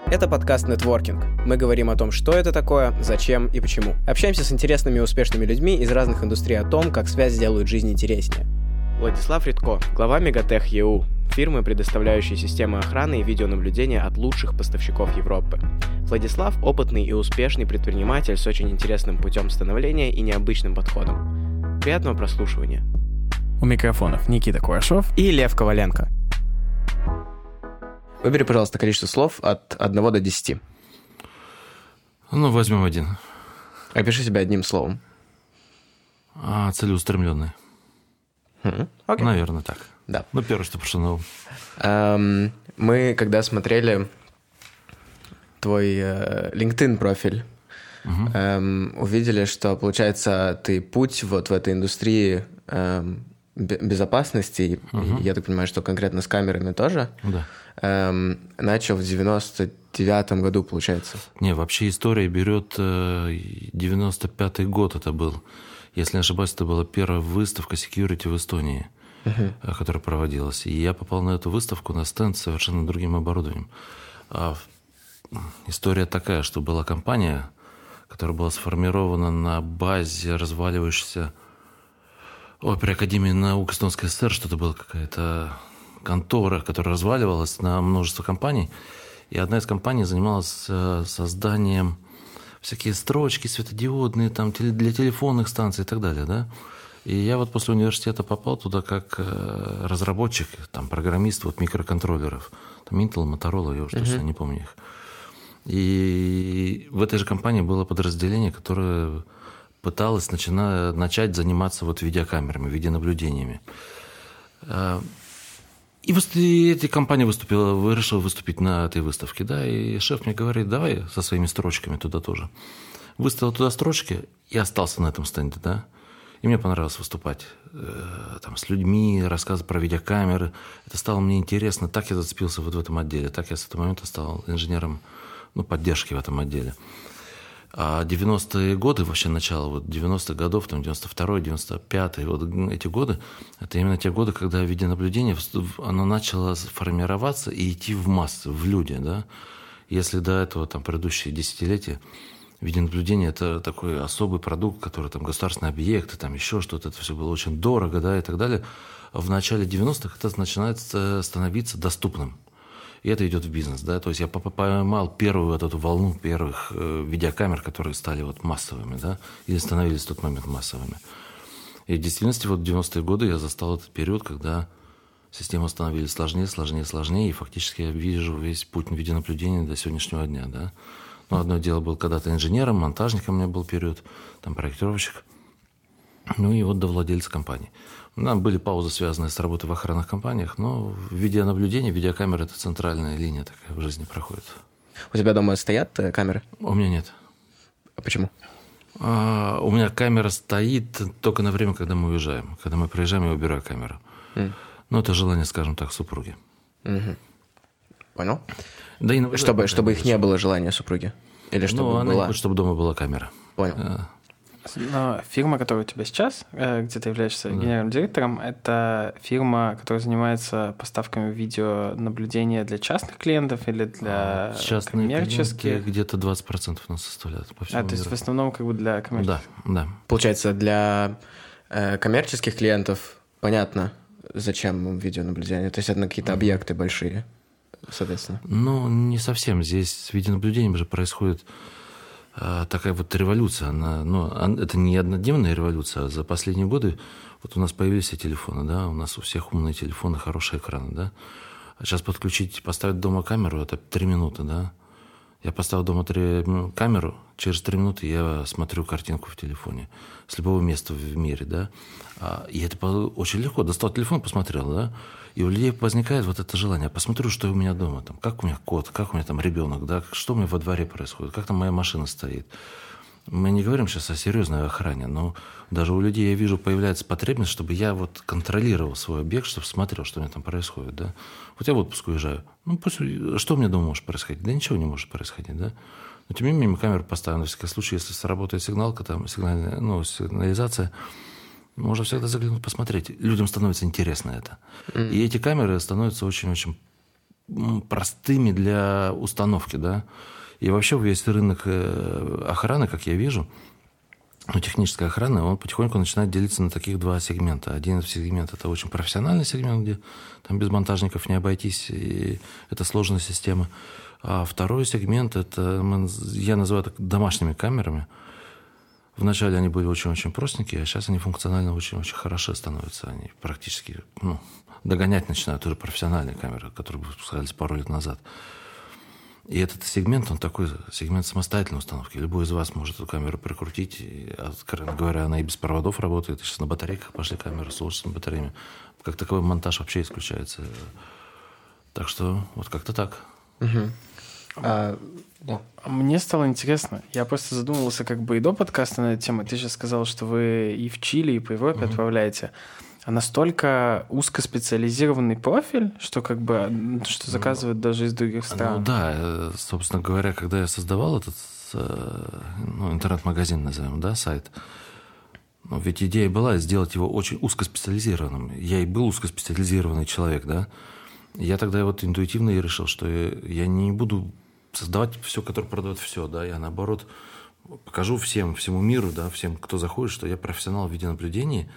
Это подкаст «Нетворкинг». Мы говорим о том, что это такое, зачем и почему. Общаемся с интересными и успешными людьми из разных индустрий о том, как связь делают жизнь интереснее. Владислав Редко, глава Мегатех ЕУ, фирмы, предоставляющей системы охраны и видеонаблюдения от лучших поставщиков Европы. Владислав – опытный и успешный предприниматель с очень интересным путем становления и необычным подходом. Приятного прослушивания. У микрофонов Никита Курашов И Лев Коваленко. Выбери, пожалуйста, количество слов от 1 до 10. Возьмем один. Опиши себя одним словом. Целеустремленный. Окей. Наверное, так. Да. Первое, что пришло на ум. Мы, когда смотрели твой LinkedIn профиль, увидели, что, получается, ты путь вот в этой индустрии безопасности, и я так понимаю, что конкретно с камерами тоже, начал в 99-м году, получается. Не, вообще история берет 95-й год это был. Если не ошибаюсь, это была первая выставка security в Эстонии, которая проводилась. И я попал на эту выставку на стенд с совершенно другим оборудованием. История такая, что была компания, которая была сформирована на базе разваливающейся при Академии наук Эстонской ССР, что-то была какая-то контора, которая разваливалась на множество компаний. И одна из компаний занималась созданием всякие строчки светодиодные там, для телефонных станций и так далее. Да? И я вот после университета попал туда как разработчик, там, программист микроконтроллеров. Там Intel, Motorola, я уже точно не помню их. И в этой же компании было подразделение, которое пыталось начать заниматься видеокамерами, видеонаблюдениями. И эта компания решила выступить на этой выставке. Да, и шеф мне говорит, давай со своими строчками туда тоже. Выставил туда строчки и остался на этом стенде. Да? И мне понравилось выступать там, с людьми, рассказывать про видеокамеры. Это стало мне интересно. Так я зацепился в этом отделе. Так я с этого момента стал инженером поддержки в этом отделе. А 90-е годы, вообще начало 90-х годов, там 92-й, 95-й, эти годы, это именно те годы, когда видеонаблюдение, оно начало формироваться и идти в массы, в люди. Да? Если до этого, предыдущие десятилетия, видеонаблюдение – это такой особый продукт, который государственные объекты, еще что-то, это все было очень дорого, да, и так далее. В начале 90-х это начинает становиться доступным. И это идет в бизнес, да, то есть я поймал первую эту волну первых видеокамер, которые стали массовыми, да, или становились в тот момент массовыми. И в действительности в 90-е годы я застал этот период, когда системы становились сложнее, и фактически я вижу весь путь видеонаблюдения до сегодняшнего дня, да. Одно дело был когда-то инженером, монтажником у меня был период, проектировщик, и до владельца компании. Были паузы, связанные с работой в охранных компаниях, но видеонаблюдение, видеокамеры – это центральная линия такая в жизни проходит. У тебя дома стоят камеры? У меня нет. А почему? У меня камера стоит только на время, когда мы уезжаем. Когда мы приезжаем, я убираю камеру. Это желание, скажем так, супруги. Понял. Да и чтобы их не было желания супруги? Или чтобы была? Чтобы дома была камера. Понял. Но фирма, которая у тебя сейчас, где ты являешься генеральным директором, это фирма, которая занимается поставками видеонаблюдения для частных клиентов или для коммерческих? Где-то 20% у нас составляют по всему то есть миру. В основном для коммерческих? Да. Получается, для коммерческих клиентов понятно, зачем им видеонаблюдение. То есть это на какие-то объекты большие, соответственно. Не совсем. Здесь с видеонаблюдением же происходит такая революция. Это не однодневная революция, а за последние годы у нас появились все телефоны, да, у нас у всех умные телефоны, хорошие экраны, да. А сейчас поставить дома камеру – это 3 минуты, да. Я поставил дома камеру, через 3 минуты я смотрю картинку в телефоне с любого места в мире, да. И это очень легко. Достал телефон, посмотрел, да. И у людей возникает это желание. Посмотрю, что у меня дома, как у меня кот, как у меня ребенок, да, что у меня во дворе происходит, как там моя машина стоит. Мы не говорим сейчас о серьезной охране, но даже у людей, я вижу, появляется потребность, чтобы я контролировал свой объект, чтобы смотрел, что у меня там происходит, да. Я в отпуск уезжаю. Что у меня дома может происходить? Да ничего не может происходить, да. Но тем не менее мы камеру поставим, на всякий случай, если сработает сигналка, сигнализация, можно всегда заглянуть, посмотреть. Людям становится интересно это. И эти камеры становятся очень-очень простыми для установки, да. И вообще весь рынок охраны, как я вижу, технической охраны, он потихоньку начинает делиться на таких два сегмента. Один сегмент – это очень профессиональный сегмент, где там без монтажников не обойтись, и это сложная система. А второй сегмент – это, я называю это домашними камерами. Вначале они были очень-очень простенькие, а сейчас они функционально очень-очень хороши становятся. Они практически догонять начинают уже профессиональные камеры, которые выпускались пару лет назад. И этот сегмент, он такой сегмент самостоятельной установки. Любой из вас может эту камеру прикрутить. И, откровенно говоря, она и без проводов работает. Сейчас на батарейках пошли камеры с солнечными батареями. Как таковой монтаж вообще исключается. Так что вот как-то так. Да. Мне стало интересно. Я просто задумывался как бы и до подкаста на эту тему. Ты сейчас сказал, что вы и в Чили, и по Европе отправляете. А настолько узкоспециализированный профиль, что как бы что заказывают даже из других стран. Да, собственно говоря, когда я создавал этот интернет-магазин, назовем, да, сайт, ведь идея была сделать его очень узкоспециализированным. Я и был узкоспециализированный человек, да. Я тогда вот интуитивно и решил, что я не буду создавать все, которое продает все, да. Я, наоборот, покажу всему миру, да, всем, кто заходит, что я профессионал в видеонаблюдении.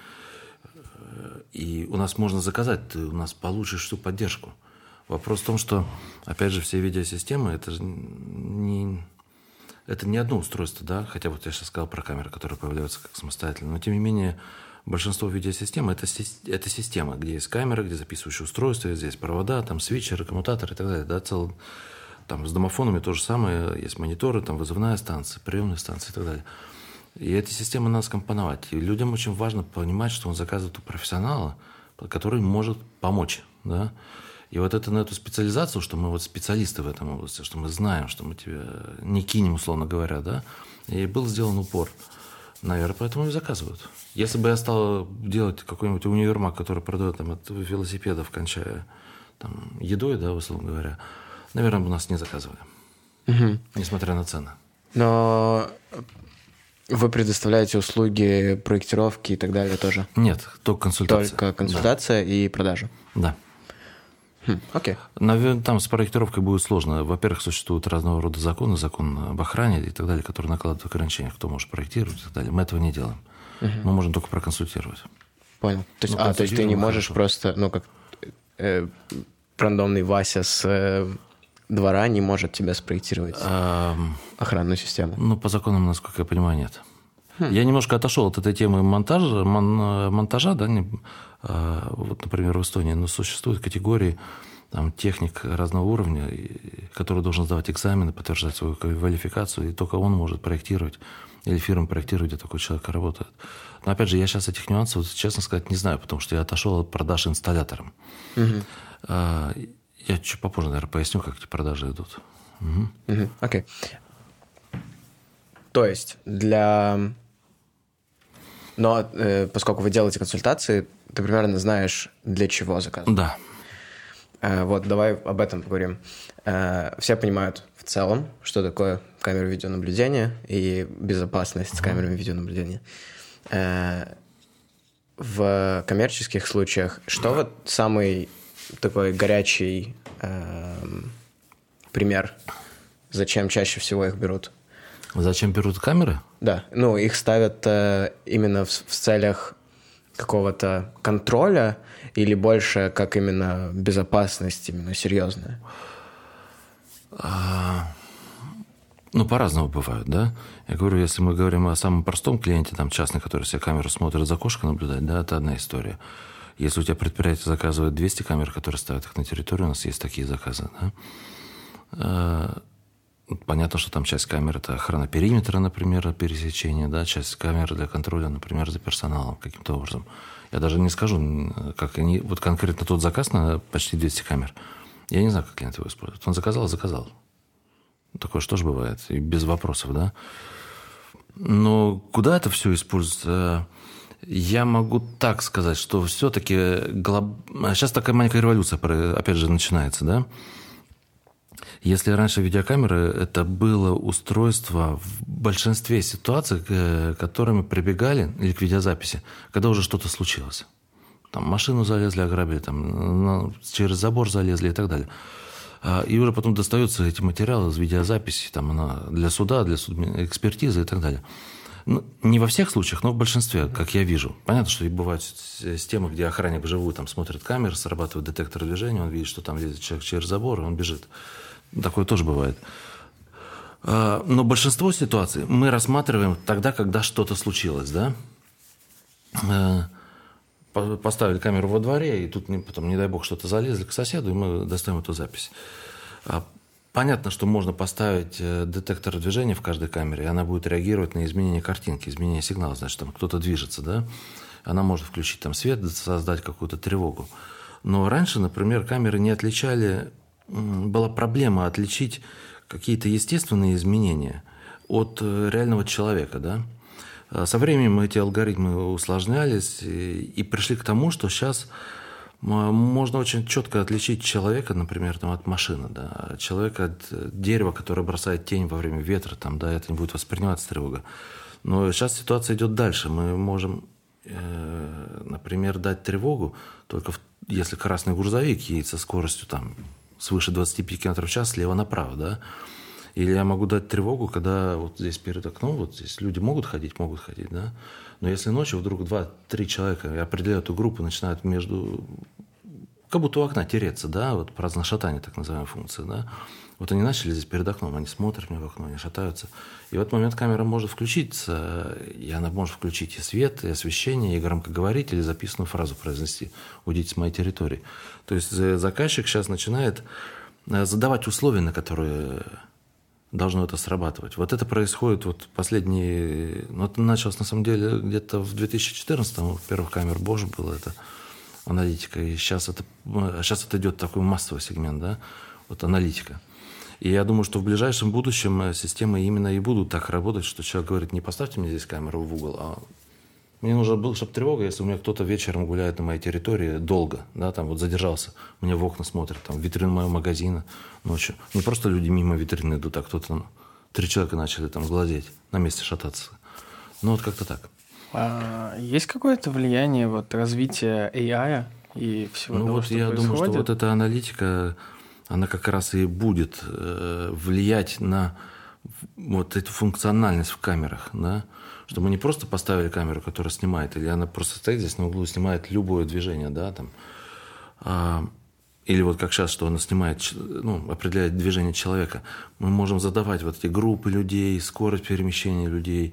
И у нас можно заказать, ты у нас получишь всю поддержку. Вопрос в том, что, опять же, все видеосистемы, это не одно устройство, да, хотя вот я сейчас сказал про камеры, которые появляются как самостоятельно, но тем не менее большинство видеосистем это система, где есть камера, где записывающее устройство, здесь провода, там свитчеры, коммутаторы и так далее, да, там с домофонами то же самое, есть мониторы, там вызывная станция, приемная станция и так далее. И эта система надо скомпоновать. И людям очень важно понимать, что он заказывает у профессионала, который может помочь. Да? И вот на эту специализацию, что мы вот специалисты в этом области, что мы знаем, что мы тебя не кинем, условно говоря, да, и был сделан упор. Наверное, поэтому и заказывают. Если бы я стал делать какой-нибудь универмаг, который продает там, от велосипедов, кончая там, едой, да, условно говоря, наверное, бы у нас не заказывали. Несмотря на цены. Но вы предоставляете услуги проектировки и так далее тоже? Нет, только консультация. Только консультация и продажа? Да. Окей. Наверное, там с проектировкой будет сложно. Во-первых, существуют разного рода законы, закон об охране и так далее, которые накладывают ограничения, кто может проектировать и так далее. Мы этого не делаем. Мы можем только проконсультировать. Понял. То есть ты не можешь просто, как рандомный Вася с двора не может тебя спроектировать охранную систему? По законам, насколько я понимаю, нет. Я немножко отошел от этой темы монтажа, да, вот, например, в Эстонии, но существуют категории там, техник разного уровня, который должен сдавать экзамены, подтверждать свою квалификацию, и только он может проектировать, или фирма проектировать, где такой человек работает. Но, опять же, я сейчас этих нюансов, честно сказать, не знаю, потому что я отошел от продаж инсталляторам. Я чуть попозже, наверное, поясню, как эти продажи идут. Окей. То есть Но поскольку вы делаете консультации, ты примерно знаешь, для чего заказывать. Да. Вот, давай об этом поговорим. Все понимают в целом, что такое камеры видеонаблюдения и безопасность с камерами видеонаблюдения. В коммерческих случаях что вот самый такой горячий пример? Зачем чаще всего их берут? Зачем берут камеры? Да, их ставят именно в целях какого-то контроля или больше как именно безопасность, именно серьезная? По-разному бывают, да. Я говорю, если мы говорим о самом простом клиенте, там частный, который себе камеру смотрит, за кошкой наблюдает, да, это одна история. Если у тебя предприятие заказывает 200 камер, которые ставят их на территорию, у нас есть такие заказы, да. Понятно, что там часть камер – это охрана периметра, например, пересечения, да, часть камер для контроля, например, за персоналом каким-то образом. Я даже не скажу, как они… Вот конкретно тот заказ на почти 200 камер. Я не знаю, как клиент его использует. Он заказал. Такое что ж бывает, и без вопросов, да. Но куда это все используется? Я могу так сказать, что все-таки… Сейчас такая маленькая революция, опять же, начинается, да. Если раньше видеокамеры это было устройство в большинстве ситуаций, к которым прибегали, или к видеозаписи, когда уже что-то случилось. Там машину залезли, ограбили, там, через забор залезли и так далее. И уже потом достаются эти материалы из видеозаписи там, для суда, для экспертизы и так далее. Ну, не во всех случаях, но в большинстве, как я вижу. Понятно, что и бывают системы, где охранник вживую там смотрит камеры, срабатывает детектор движения, он видит, что там лезет человек через забор, и он бежит. Такое тоже бывает. Но большинство ситуаций мы рассматриваем тогда, когда что-то случилось, да? Поставили камеру во дворе, и тут потом, не дай бог, что-то залезли к соседу, и мы достаем эту запись. Понятно, что можно поставить детектор движения в каждой камере, и она будет реагировать на изменение картинки, изменение сигнала, значит, там кто-то движется, да? Она может включить там свет, создать какую-то тревогу. Но раньше, например, камеры не отличали, была проблема отличить какие-то естественные изменения от реального человека, да? Со временем эти алгоритмы усложнялись и пришли к тому, что сейчас можно очень четко отличить человека, например, там, от машины, да, человека от дерева, которое бросает тень во время ветра, там, да, это не будет восприниматься тревога. Но сейчас ситуация идет дальше. Мы можем, например, дать тревогу только если красный грузовик едет со скоростью там, свыше 25 км в час слева направо, да. Или я могу дать тревогу, когда вот здесь перед окном, вот здесь люди могут ходить, да. Но если ночью вдруг 2-3 человека определяют эту группу, начинают между... Как будто у окна тереться, да, вот праздное шатание, так называемая функция, да. Вот они начали здесь перед окном, они смотрят мне в окно, они шатаются. И в этот момент камера может включиться, и она может включить и свет, и освещение, и громкоговоритель, или записанную фразу произнести «Уйдите с моей территории». То есть заказчик сейчас начинает задавать условия, на которые должно это срабатывать. Вот это происходит вот последние... Ну, это началось, на самом деле, где-то в 2014-м. В первых камер Bosch было это аналитика. И сейчас это идет такой массовый сегмент, да, вот аналитика. И я думаю, что в ближайшем будущем системы именно и будут так работать, что человек говорит, не поставьте мне здесь камеру в угол, а мне нужно было, чтобы тревога, если у меня кто-то вечером гуляет на моей территории долго, да, там вот задержался, мне в окна смотрят, там, в витрину моего магазина ночью. Не просто люди мимо витрины идут, а кто-то, 3 человека начали там глазеть, на месте шататься. Ну, вот как-то так. А есть какое-то влияние вот развития AI и всего того, вот что я происходит? думаю, что вот эта аналитика, она как раз и будет влиять на вот эту функциональность в камерах, да, что мы не просто поставили камеру, которая снимает, или она просто стоит здесь на углу и снимает любое движение, да, там, или вот как сейчас, что она снимает, определяет движение человека. Мы можем задавать вот эти группы людей, скорость перемещения людей,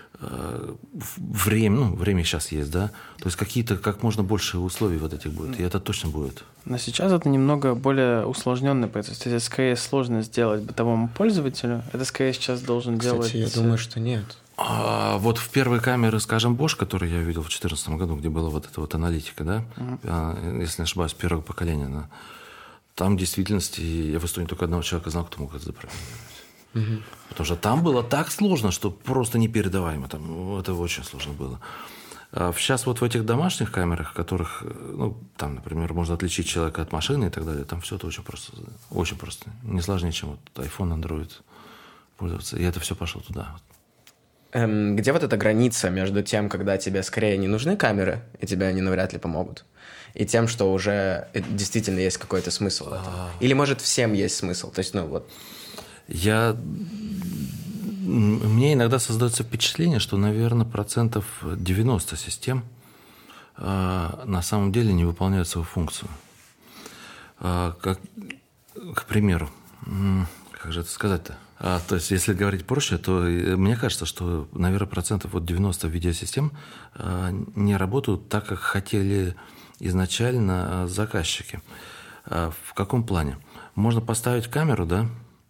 время сейчас есть, да, то есть какие-то, как можно больше условий вот этих будет, и это точно будет. Но сейчас это немного более усложненный процесс, то есть это скорее сложно сделать бытовому пользователю, это скорее сейчас должен делать... Кстати, я думаю, что нет. Вот в первые камеры, скажем, Bosch, которые я видел в 2014 году, где была вот эта вот аналитика, да, если не ошибаюсь, первого поколения, да, там в действительности я в Эстонии только одного человека знал, кто мог это запрограммировать. Потому что там было так сложно, что просто непередаваемо. Там, это очень сложно было. А сейчас вот в этих домашних камерах, которых, там, например, можно отличить человека от машины и так далее, там все это очень просто. Очень просто. Не сложнее, чем вот iPhone, Android пользоваться. И это все пошло туда. Где вот эта граница между тем, когда тебе скорее не нужны камеры, и тебе они навряд ли помогут, и тем, что уже действительно есть какой-то смысл в этом? Или, может, всем есть смысл? То есть, Мне иногда создается впечатление, что, наверное, 90% систем на самом деле не выполняют свою функцию. К примеру, как же это сказать-то? То есть, если говорить проще, то мне кажется, что, наверное, 90% видеосистем не работают так, как хотели изначально заказчики. В каком плане? Можно поставить камеру, да,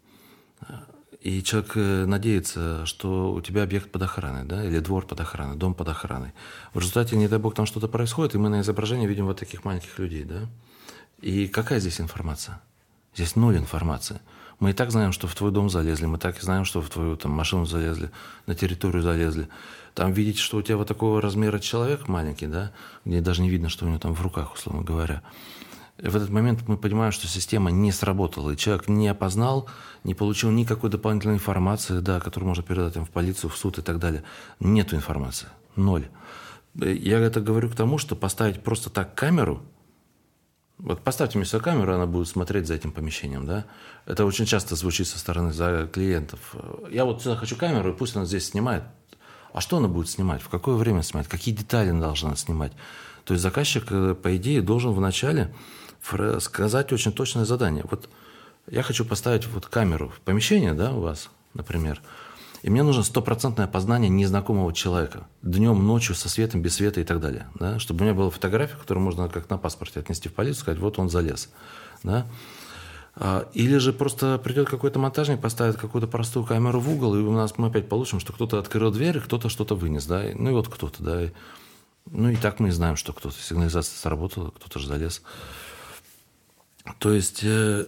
и человек надеется, что у тебя объект под охраной, да, или двор под охраной, дом под охраной. В результате, не дай бог, там что-то происходит, и мы на изображении видим вот таких маленьких людей, да. И какая здесь информация? Здесь 0 информации. Мы и так знаем, что в твой дом залезли, мы так и знаем, что в твою там, машину залезли, на территорию залезли. Там видите, что у тебя вот такого размера человек маленький, да, где даже не видно, что у него там в руках, условно говоря. И в этот момент мы понимаем, что система не сработала, и человек не опознал, не получил никакой дополнительной информации, да, которую можно передать в полицию, в суд и так далее. Нету информации. 0. Я это говорю к тому, что поставить просто так камеру, Вот поставьте мне свою камеру, она будет смотреть за этим помещением, да? Это очень часто звучит со стороны клиентов. Я вот сюда хочу камеру, и пусть она здесь снимает. А что она будет снимать? В какое время снимать? Какие детали она должна снимать? То есть заказчик, по идее, должен вначале сказать очень точное задание. Вот я хочу поставить вот камеру в помещение, да, у вас, например, и мне нужно 100% опознание незнакомого человека. Днем, ночью, со светом, без света и так далее. Да? Чтобы у меня была фотография, которую можно как на паспорте отнести в полицию, сказать, вот он залез. Да? Или же просто придет какой-то монтажник, поставит какую-то простую камеру в угол, и мы опять получим, что кто-то открыл дверь, кто-то что-то вынес. Да? Ну и вот кто-то. Да? Ну и так мы и знаем, что кто-то. Сигнализация сработала, кто-то же залез. То есть...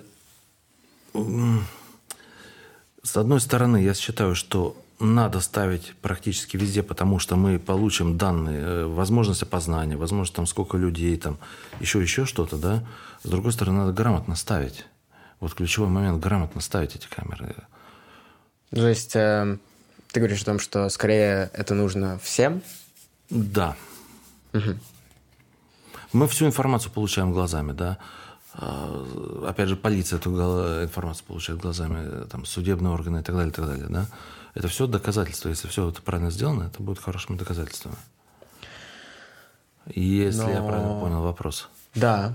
С одной стороны, я считаю, что надо ставить практически везде, потому что мы получим данные, возможность опознания, возможность там сколько людей, там еще что-то, да. С другой стороны, надо грамотно ставить. Вот ключевой момент – грамотно ставить эти камеры. То есть ты говоришь о том, что скорее это нужно всем? Да. Угу. Мы всю информацию получаем глазами, да. Опять же, полиция эту информацию получает глазами, там, судебные органы и так далее, да? Это все доказательства. Если все это правильно сделано, это будет хорошими доказательствами. Если я правильно понял вопрос. Да.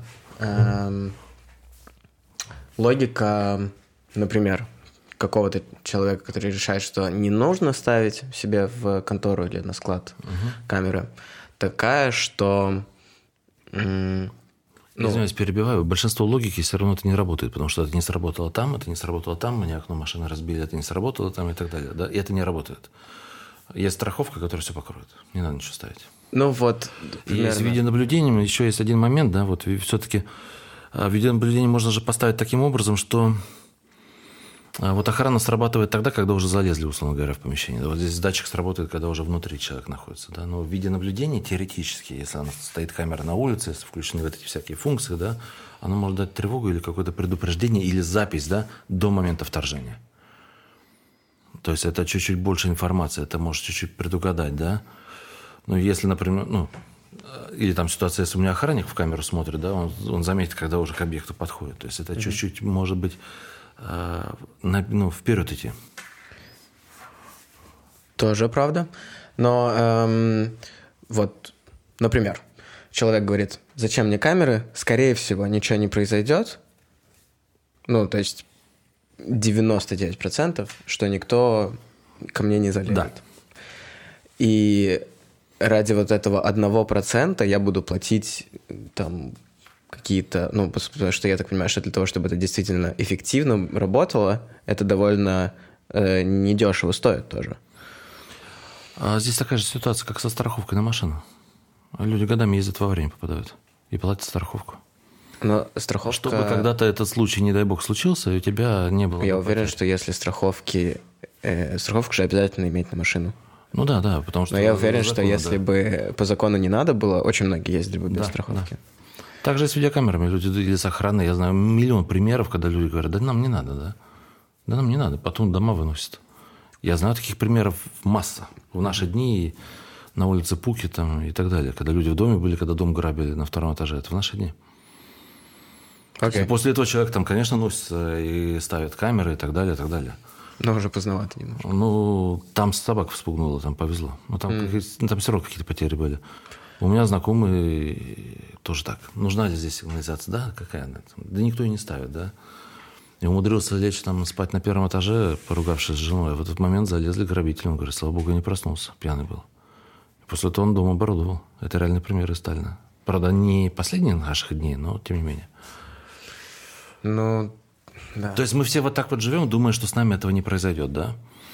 Логика, например, какого-то человека, который решает, что не нужно ставить себе в контору или на склад камеры, такая, что... Извиняюсь, перебиваю. Большинство логики все равно это не работает, потому что это не сработало там, мне окно машины разбили, это не сработало там и так далее. Да? И это не работает. Есть страховка, которая все покроет. Не надо ничего ставить. Ну вот, примерно. И с видеонаблюдением еще есть один момент, да, вот все-таки видеонаблюдение можно же поставить таким образом, что вот охрана срабатывает тогда, когда уже залезли, условно говоря, в помещение. Вот здесь датчик сработает, когда уже внутри человек находится. Да? Но в видеонаблюдении теоретически, если стоит камера на улице, если включены вот эти всякие функции, да, она может дать тревогу или какое-то предупреждение, или запись, да, до момента вторжения. То есть это чуть-чуть больше информации, это может чуть-чуть предугадать, да. Ну, если, например, или там ситуация, если у меня охранник в камеру смотрит, да, он заметит, когда уже к объекту подходит. То есть это чуть-чуть, может быть, вперед идти. Тоже правда. Но вот, например, человек говорит, зачем мне камеры? Скорее всего, ничего не произойдет. Ну, то есть 99%, что никто ко мне не залезет. Да. И ради вот этого 1% я буду платить там какие-то, потому что я так понимаю, что для того, чтобы это действительно эффективно работало, это довольно недешево стоит тоже. Здесь такая же ситуация, как со страховкой на машину. Люди годами ездят во время, попадают и платят страховку. Но страховка... Чтобы когда-то этот случай, не дай бог, случился, и у тебя не было... Я уверен, что если страховку же обязательно иметь на машину. Ну да, потому что... Но я уверен, что если бы по закону не надо было, очень многие ездили бы без страховки. Да. Также и с видеокамерами, люди или с охраной. Я знаю миллион примеров, когда люди говорят, да нам не надо, да. Да нам не надо, потом дома выносят. Я знаю таких примеров масса. В наши дни на улице Пуки там, и так далее. Когда люди в доме были, когда дом грабили на 2-м этаже. Это в наши дни. Okay. После этого человек там, конечно, носится и ставит камеры и так далее, и так далее. Но уже поздновато немножко. Там собака вспугнула, там повезло. Там все равно какие-то потери были. У меня знакомые тоже так. Нужна ли здесь сигнализация? Да, какая она? Да никто и не ставит, да. И умудрился лечь там спать на 1-м этаже, поругавшись с женой. А в этот момент залезли грабители. Он говорит, слава богу, я не проснулся, пьяный был. И после этого он дом оборудовал. Это реальный пример из Сталина. Правда, не последних наших дней, но тем не менее. Да. То есть мы все вот так вот живем, думая, что с нами этого не произойдет, да?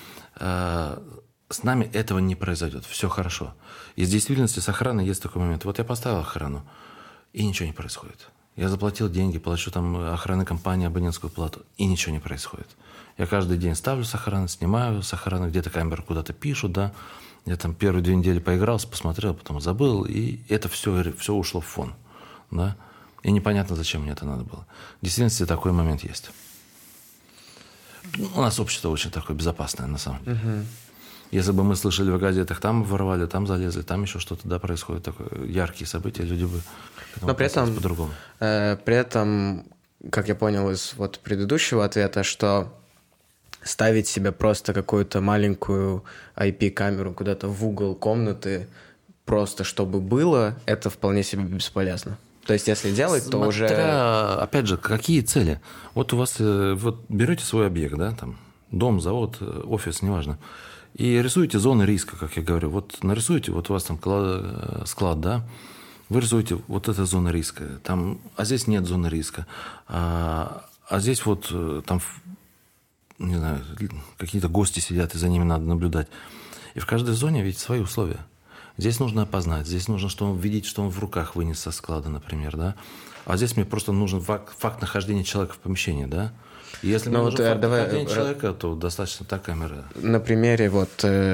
С нами этого не произойдет. Все хорошо. И в действительности с охраной есть такой момент. Вот я поставил охрану, и ничего не происходит. Я заплатил деньги, плачу там охранной компании абонентскую плату, и ничего не происходит. Я каждый день ставлю с охраны, снимаю с охраны, где-то камеры куда-то пишут, да. Я там первые 2 недели поигрался, посмотрел, потом забыл, и это все ушло в фон, да. И непонятно, зачем мне это надо было. В действительности такой момент есть. У нас общество очень такое безопасное, на самом деле. Если бы мы слышали в газетах, там ворвали, там залезли, там еще что-то, да, происходит, такое яркие события, люди бы но при этом, по-другому. При этом, как я понял из вот предыдущего ответа, что ставить себе просто какую-то маленькую IP-камеру куда-то в угол комнаты, просто чтобы было, это вполне себе бесполезно. То есть, если делать, то уже... Опять же, какие цели? Вот у вас, вот берете свой объект, да, там, дом, завод, офис, неважно, и рисуете зоны риска, как я говорю. Вот нарисуете, вот у вас там склад, да, вы рисуете, вот эта зона риска, там, а здесь нет зоны риска, а здесь вот там, не знаю, какие-то гости сидят, и за ними надо наблюдать. И в каждой зоне ведь свои условия. Здесь нужно опознать, здесь нужно видеть, что он в руках вынес со склада, например, да. А здесь мне просто нужен факт нахождения человека в помещении, да. И если мне нужен факт нахождения человека, то достаточно та камера. На примере вот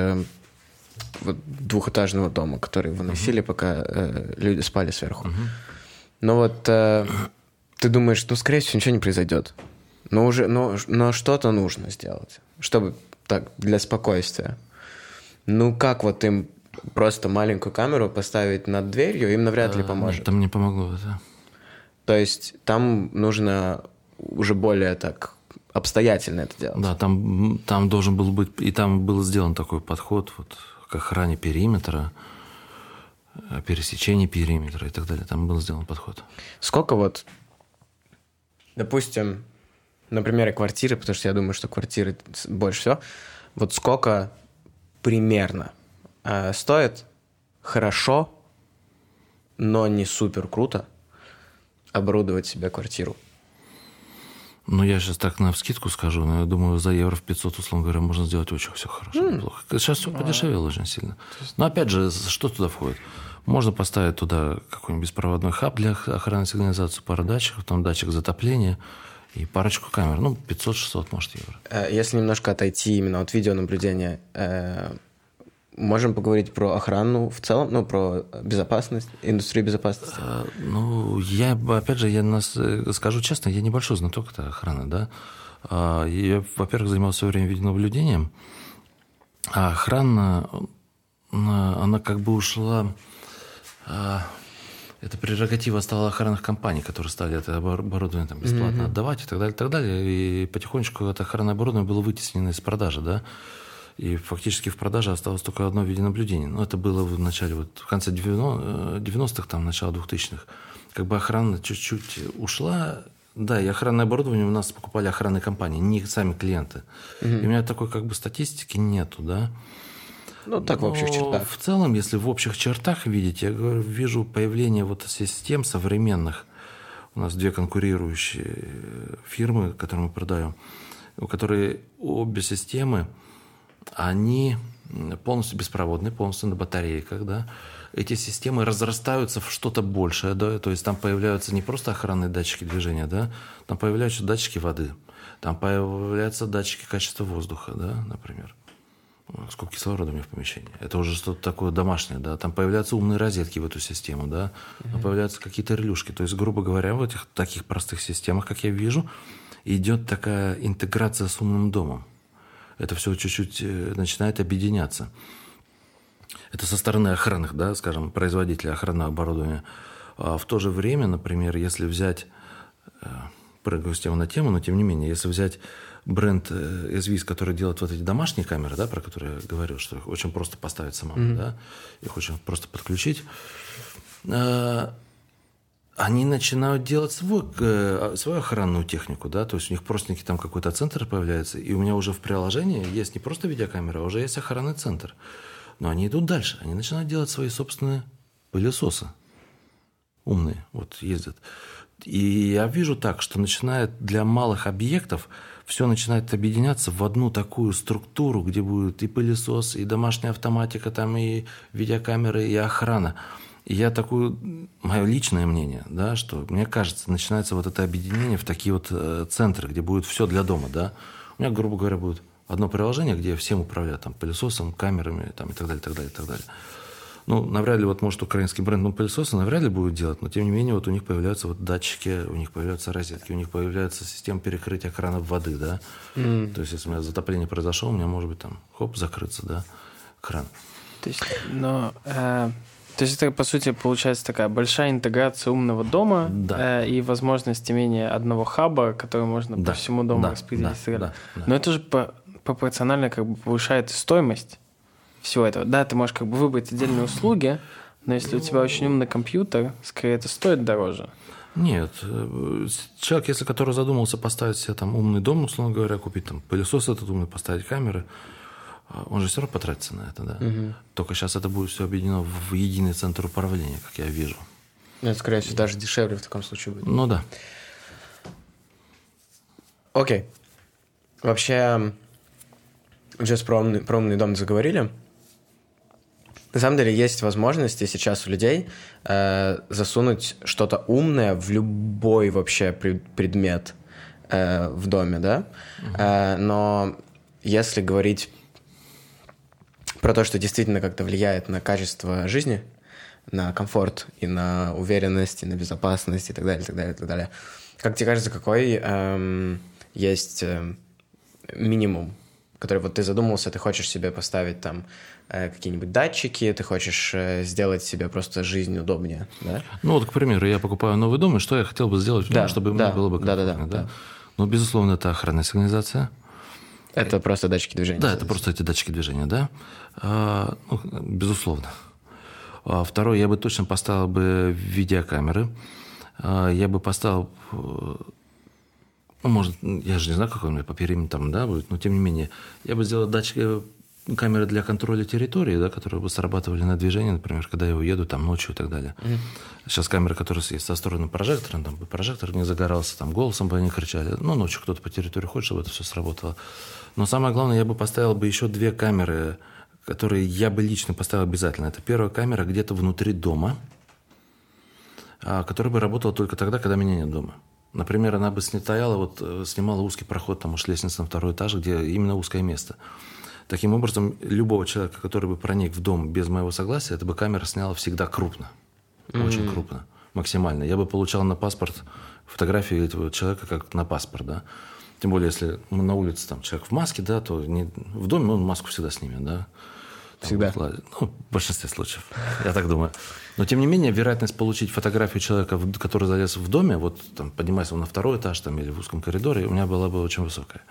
двухэтажного дома, который выносили, пока люди спали сверху. Но вот ты думаешь, скорее всего, ничего не произойдет. Но что-то нужно сделать, чтобы так, для спокойствия. Как вот им просто маленькую камеру поставить над дверью, им навряд ли поможет. Нет, там не помогло, да. То есть там нужно уже более так обстоятельно это делать. Да, там должен был быть, и там был сделан такой подход вот, к охране периметра, пересечении периметра и так далее. Там был сделан подход. Сколько вот, допустим, на примере квартиры, потому что я думаю, что квартиры больше всего, вот сколько примерно стоит хорошо, но не супер круто оборудовать себе квартиру? Я сейчас так навскидку скажу, но я думаю, за евро в 500, условно говоря, можно сделать очень все хорошо, неплохо. Сейчас все подешевело очень сильно. Но опять же, что туда входит? Можно поставить туда какой-нибудь беспроводной хаб для охраны сигнализации, пару датчиков, там датчик затопления и парочку камер. 500-600, может, евро. Если немножко отойти именно от видеонаблюдения, можем поговорить про охрану в целом, про безопасность, индустрию безопасности? Я скажу честно, я небольшой знаток этой охраны, да. Я, во-первых, занимался все время видеонаблюдением, а охрана, она как бы ушла... Это прерогатива стала охранных компаний, которые стали это оборудование там, бесплатно отдавать и так далее, и так далее. И потихонечку это охранное оборудование было вытеснено из продажи, да. И фактически в продаже осталось только одно видеонаблюдение. Это было в начале, в конце 90-х, там, начало 2000-х. Как бы охрана чуть-чуть ушла. Да, и охранное оборудование у нас покупали охранные компании, не сами клиенты. И у меня такой как бы статистики нету, да. Так в общих чертах. В целом, если в общих чертах видеть, я говорю, вижу появление систем современных. У нас 2 конкурирующие фирмы, которые мы продаем, у которых обе системы, они полностью беспроводные, полностью на батарейках, да. Эти системы разрастаются в что-то большее, да, то есть там появляются не просто охранные датчики движения, да, там появляются датчики воды, там появляются датчики качества воздуха, да, например. Сколько кислорода у меня в помещении. Это уже что-то такое домашнее, да. Там появляются умные розетки в эту систему, да. Там появляются какие-то релюшки. То есть, грубо говоря, в этих таких простых системах, как я вижу, идет такая интеграция с умным домом. Это все чуть-чуть начинает объединяться. Это со стороны охранных, да, скажем, производителей охранного оборудования. А в то же время, например, если взять, прыгаю с темы на тему, но тем не менее, если взять бренд SVIS, который делает вот эти домашние камеры, да, про которые я говорил, что их очень просто поставить самому, да, их очень просто подключить, они начинают делать свою охранную технику, да, то есть у них просто там какой-то центр появляется, и у меня уже в приложении есть не просто видеокамера, а уже есть охранный центр. Но они идут дальше, они начинают делать свои собственные пылесосы. Умные, ездят. И я вижу так, что начинает для малых объектов все начинает объединяться в одну такую структуру, где будет и пылесос, и домашняя автоматика, там и видеокамеры, и охрана. И я мое личное мнение, да, что мне кажется, начинается это объединение в такие центры, где будет все для дома, да. У меня, грубо говоря, будет одно приложение, где я всем управляю, там, пылесосом, камерами, там, и так далее, и так далее, и так далее. Навряд ли, может, украинский бренд пылесоса навряд ли будет делать, но, тем не менее, у них появляются датчики, у них появляются розетки, у них появляется система перекрытия кранов воды, да. То есть, если у меня затопление произошло, у меня может быть там, закрыться, да. экран. То есть это, по сути, получается такая большая интеграция умного дома, да. И возможность имения одного хаба, который можно по всему дому распределить. Да. Но это же пропорционально как бы повышает стоимость всего этого. Да, ты можешь как бы выбрать отдельные услуги, но если у тебя очень умный компьютер, скорее это стоит дороже. Нет. Человек, если который задумался поставить себе там умный дом, условно говоря, купить там пылесос этот умный, поставить камеры, он же все равно потратится на это, да. Угу. Только сейчас это будет все объединено в единый центр управления, как я вижу. Это, скорее всего, даже дешевле в таком случае будет. Ну да. Окей. Вообще, сейчас про умный дом заговорили. На самом деле есть возможности сейчас у людей засунуть что-то умное в любой вообще предмет в доме, да? Но если говорить про то, что действительно как-то влияет на качество жизни, на комфорт и на уверенность, и на безопасность, и так далее, и так далее, и так далее. Как тебе кажется, какой есть минимум, который вот ты задумался, ты хочешь себе поставить там какие-нибудь датчики, ты хочешь сделать себе просто жизнь удобнее, да? Ну вот, к примеру, я покупаю новый дом, и что я хотел бы сделать, чтобы мне было бы комфортно, да? Ну, безусловно, это охранная сигнализация. Это просто датчики движения? Да, это просто эти датчики движения, да. Безусловно. Второе, я бы точно поставил бы видеокамеры. Я бы поставил... может, я же не знаю, какой у меня по периметрам, да, будет, но тем не менее, я бы сделал датчики, камеры для контроля территории, да, которые бы срабатывали на движение, например, когда я уеду там ночью и так далее. Сейчас камеры, которые есть со стороны прожектора, там бы прожектор не загорался, там голосом бы они кричали. Ну, ночью кто-то по территории ходит, чтобы это все сработало. Но самое главное, я бы поставил бы еще 2 камеры, которые я бы лично поставил обязательно. Это первая камера где-то внутри дома, которая бы работала только тогда, когда меня нет дома. Например, она бы снимала узкий проход, там уж лестница на 2-й этаж, где именно узкое место. Таким образом, любого человека, который бы проник в дом без моего согласия, эта бы камера сняла всегда крупно. Очень крупно, максимально. Я бы получал на паспорт фотографии этого человека как на паспорт, да. Тем более, если на улице там человек в маске, да, то в доме он маску всегда снимет, да. Всегда? В большинстве случаев, я так думаю. Но, тем не менее, вероятность получить фотографию человека, который залез в доме, вот там, поднимаясь на 2-й этаж там, или в узком коридоре, у меня была бы очень высокая.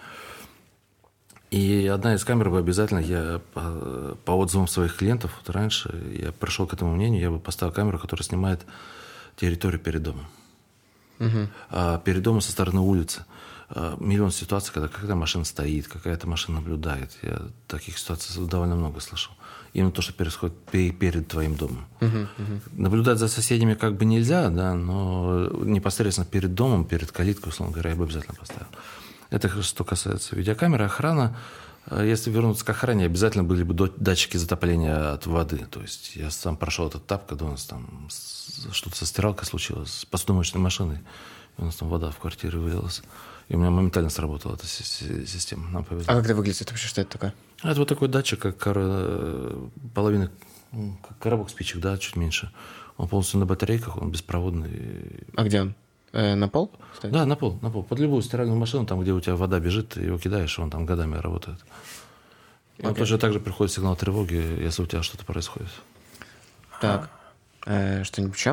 И одна из камер бы обязательно, я по отзывам своих клиентов, вот раньше я пришел к этому мнению, я бы поставил камеру, которая снимает территорию перед домом. Перед домом со стороны улицы. Миллион ситуаций, когда какая-то машина стоит, какая-то машина наблюдает. Я таких ситуаций довольно много слышал. Именно то, что происходит перед твоим домом. Наблюдать за соседями как бы нельзя, да, но непосредственно перед домом, перед калиткой, условно говоря, я бы обязательно поставил. Это что касается видеокамеры, охрана. Если вернуться к охране, обязательно были бы датчики затопления от воды. То есть я сам прошел этот этап, когда у нас там что-то со стиралкой случилось, с посудомоечной машиной. У нас там вода в квартире вылилась. И у меня моментально сработала эта система. Нам повезло. А как это выглядит? Это вообще что это такое? Это вот такой датчик, как половина, как коробок спичек, да, чуть меньше. Он полностью на батарейках, он беспроводный. А где он? На пол ставить? Да, на пол. Под любую стиральную машину, там, где у тебя вода бежит, ты его кидаешь, он там годами работает. И он тоже также приходит сигнал тревоги, если у тебя что-то происходит. Так. Что-нибудь еще?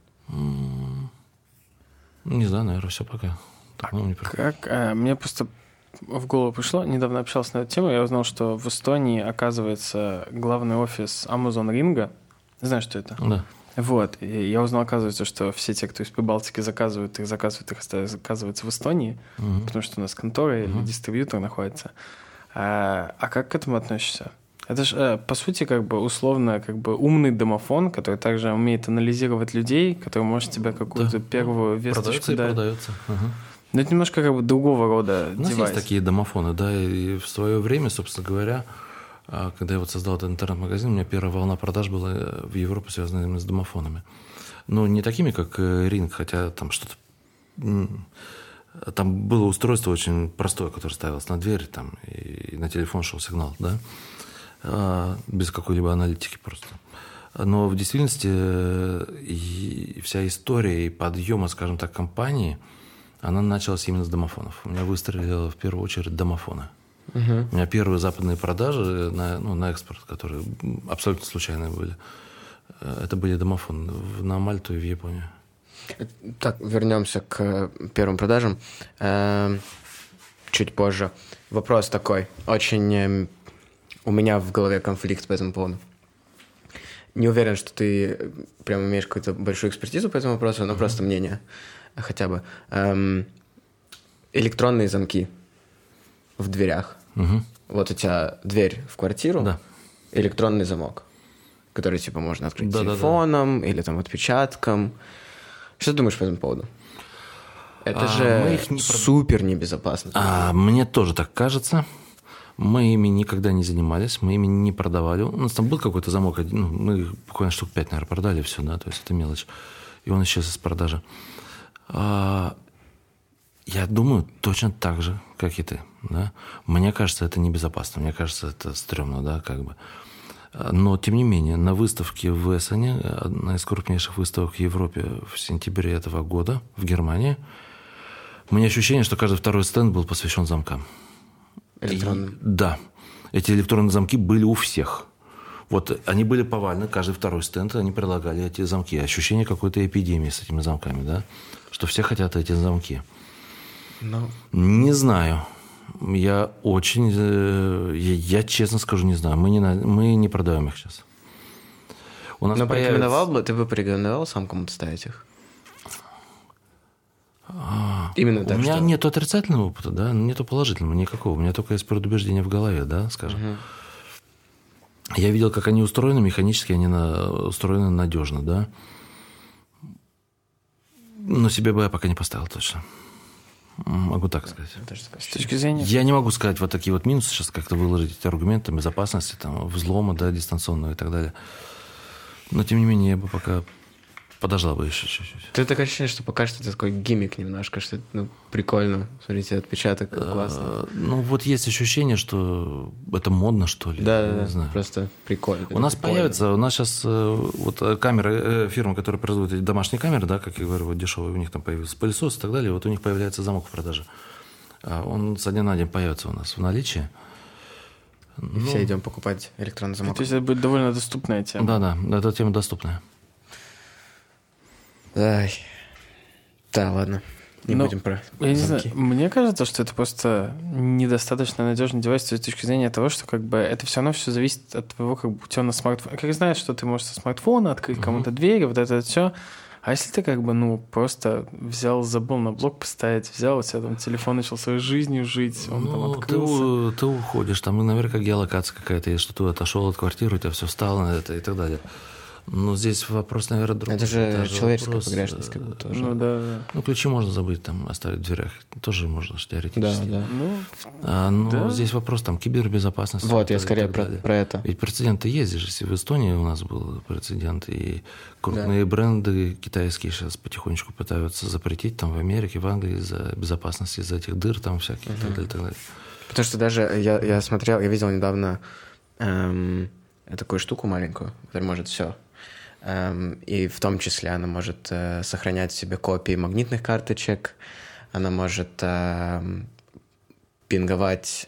Не знаю, наверное, все пока. Мне просто в голову пришло, недавно общался на эту тему, я узнал, что в Эстонии, оказывается, главный офис Amazon Ringa. Знаешь, что это? Да. Вот. И я узнал, оказывается, что все те, кто из Прибалтики заказывают, их заказываются в Эстонии, потому что у нас контора или дистрибьютор находится. А как к этому относишься? Это же, по сути, как бы условно, как бы умный домофон, который также умеет анализировать людей, который может тебе какую-то первую весточку дать. Продается. Но это немножко как бы другого рода девайс. У нас есть такие домофоны, да, и в свое время, собственно говоря, когда я вот создал этот интернет-магазин, у меня первая волна продаж была в Европе, связанная именно с домофонами. Но не такими, как Ring, хотя там что-то... Там было устройство очень простое, которое ставилось на дверь, там, и на телефон шел сигнал, да, без какой-либо аналитики просто. Но в действительности и вся история и подъема, скажем так, компании, она началась именно с домофонов. У меня выстрелило в первую очередь домофоны. У меня первые западные продажи на экспорт, которые абсолютно случайные были, это были домофоны на Мальту и в Японию. Так, вернемся к первым продажам. Чуть позже. Вопрос такой. Очень у меня в голове конфликт по этому поводу. Не уверен, что ты прям имеешь какую-то большую экспертизу по этому вопросу, но просто мнение хотя бы. Электронные замки в дверях. Вот у тебя дверь в квартиру, да. Электронный замок, который типа можно открыть телефоном или там отпечатком. Что ты думаешь по этому поводу? Это же супер небезопасно. Мне тоже так кажется. Мы ими никогда не занимались, мы ими не продавали. У нас там был какой-то замок, мы буквально штук 5, наверное, продали, все, да, то есть это мелочь. И он исчез из продажи. Я думаю точно так же, как и ты, да. Мне кажется, это небезопасно, мне кажется, это стрёмно, да, как бы. Но, тем не менее, на выставке в Эссене, одна из крупнейших выставок в Европе в сентябре этого года, в Германии, у меня ощущение, что каждый второй стенд был посвящен замкам. Электронным? Да. Эти электронные замки были у всех. Вот они были повалены, каждый второй стенд, они предлагали эти замки. Ощущение какой-то эпидемии с этими замками, да? Что все хотят эти замки. Не знаю. Я честно скажу, не знаю. Мы не продаем их сейчас. Но ты бы порекомендовал сам кому-то ставить их? Именно так. У меня нет отрицательного опыта, да, нету положительного никакого. У меня только есть предубеждение в голове, да, скажем. Я видел, как они устроены, механически они устроены надежно, да. Но себе бы я пока не поставил точно. Могу так сказать. С точки зрения... Я не могу сказать вот такие вот минусы, сейчас как-то выложить эти аргументы безопасности, там, взлома, да, дистанционного и так далее. Но, тем не менее, я бы пока подождал бы еще чуть-чуть. Ты такое ощущение, что пока что это такой гиммик немножко, что это прикольно. Смотрите, отпечаток классно. Вот есть ощущение, что это модно, что ли. Да, не знаю. Просто прикольно. У нас сейчас вот камеры, фирма, которая производит эти домашние камеры, да, как я говорю, вот дешевые, у них там появился пылесос и так далее, вот у них появляется замок в продаже. Он со дня на день появится у нас в наличии. Все идем покупать электронный замок. То есть это будет довольно доступная тема. Да, эта тема доступная. Ай. Да, ладно. Не будем про замки. Не знаю, мне кажется, что это просто недостаточно надежный девайс с точки зрения того, что как бы это все равно все зависит от твоего, как бы у тебя на смартфоне. Как знаешь, что ты можешь со смартфона открыть кому-то дверь, вот это все. А если ты как бы, просто забыл на блок поставить, взял, у тебя там телефон начал своей жизнью жить, он там открылся. Ты уходишь, там наверняка геолокация какая-то есть, что ты отошел от квартиры, у тебя все встало на это и так далее. Но здесь вопрос, наверное, другой. Это же человеческая погрешность как бы тоже. Ключи можно забыть, там, оставить в дверях. Тоже можно теоретически. Да. Здесь вопрос там кибербезопасности. Вот, я скорее про это. Ведь прецеденты есть же. В Эстонии у нас был прецедент, и крупные бренды китайские сейчас потихонечку пытаются запретить там в Америке, в Англии из-за безопасности, из-за этих дыр там всяких и так далее, и так далее. Потому что даже я смотрел, я видел недавно такую штуку маленькую, которая может все. И в том числе она может сохранять в себе копии магнитных карточек, она может пинговать,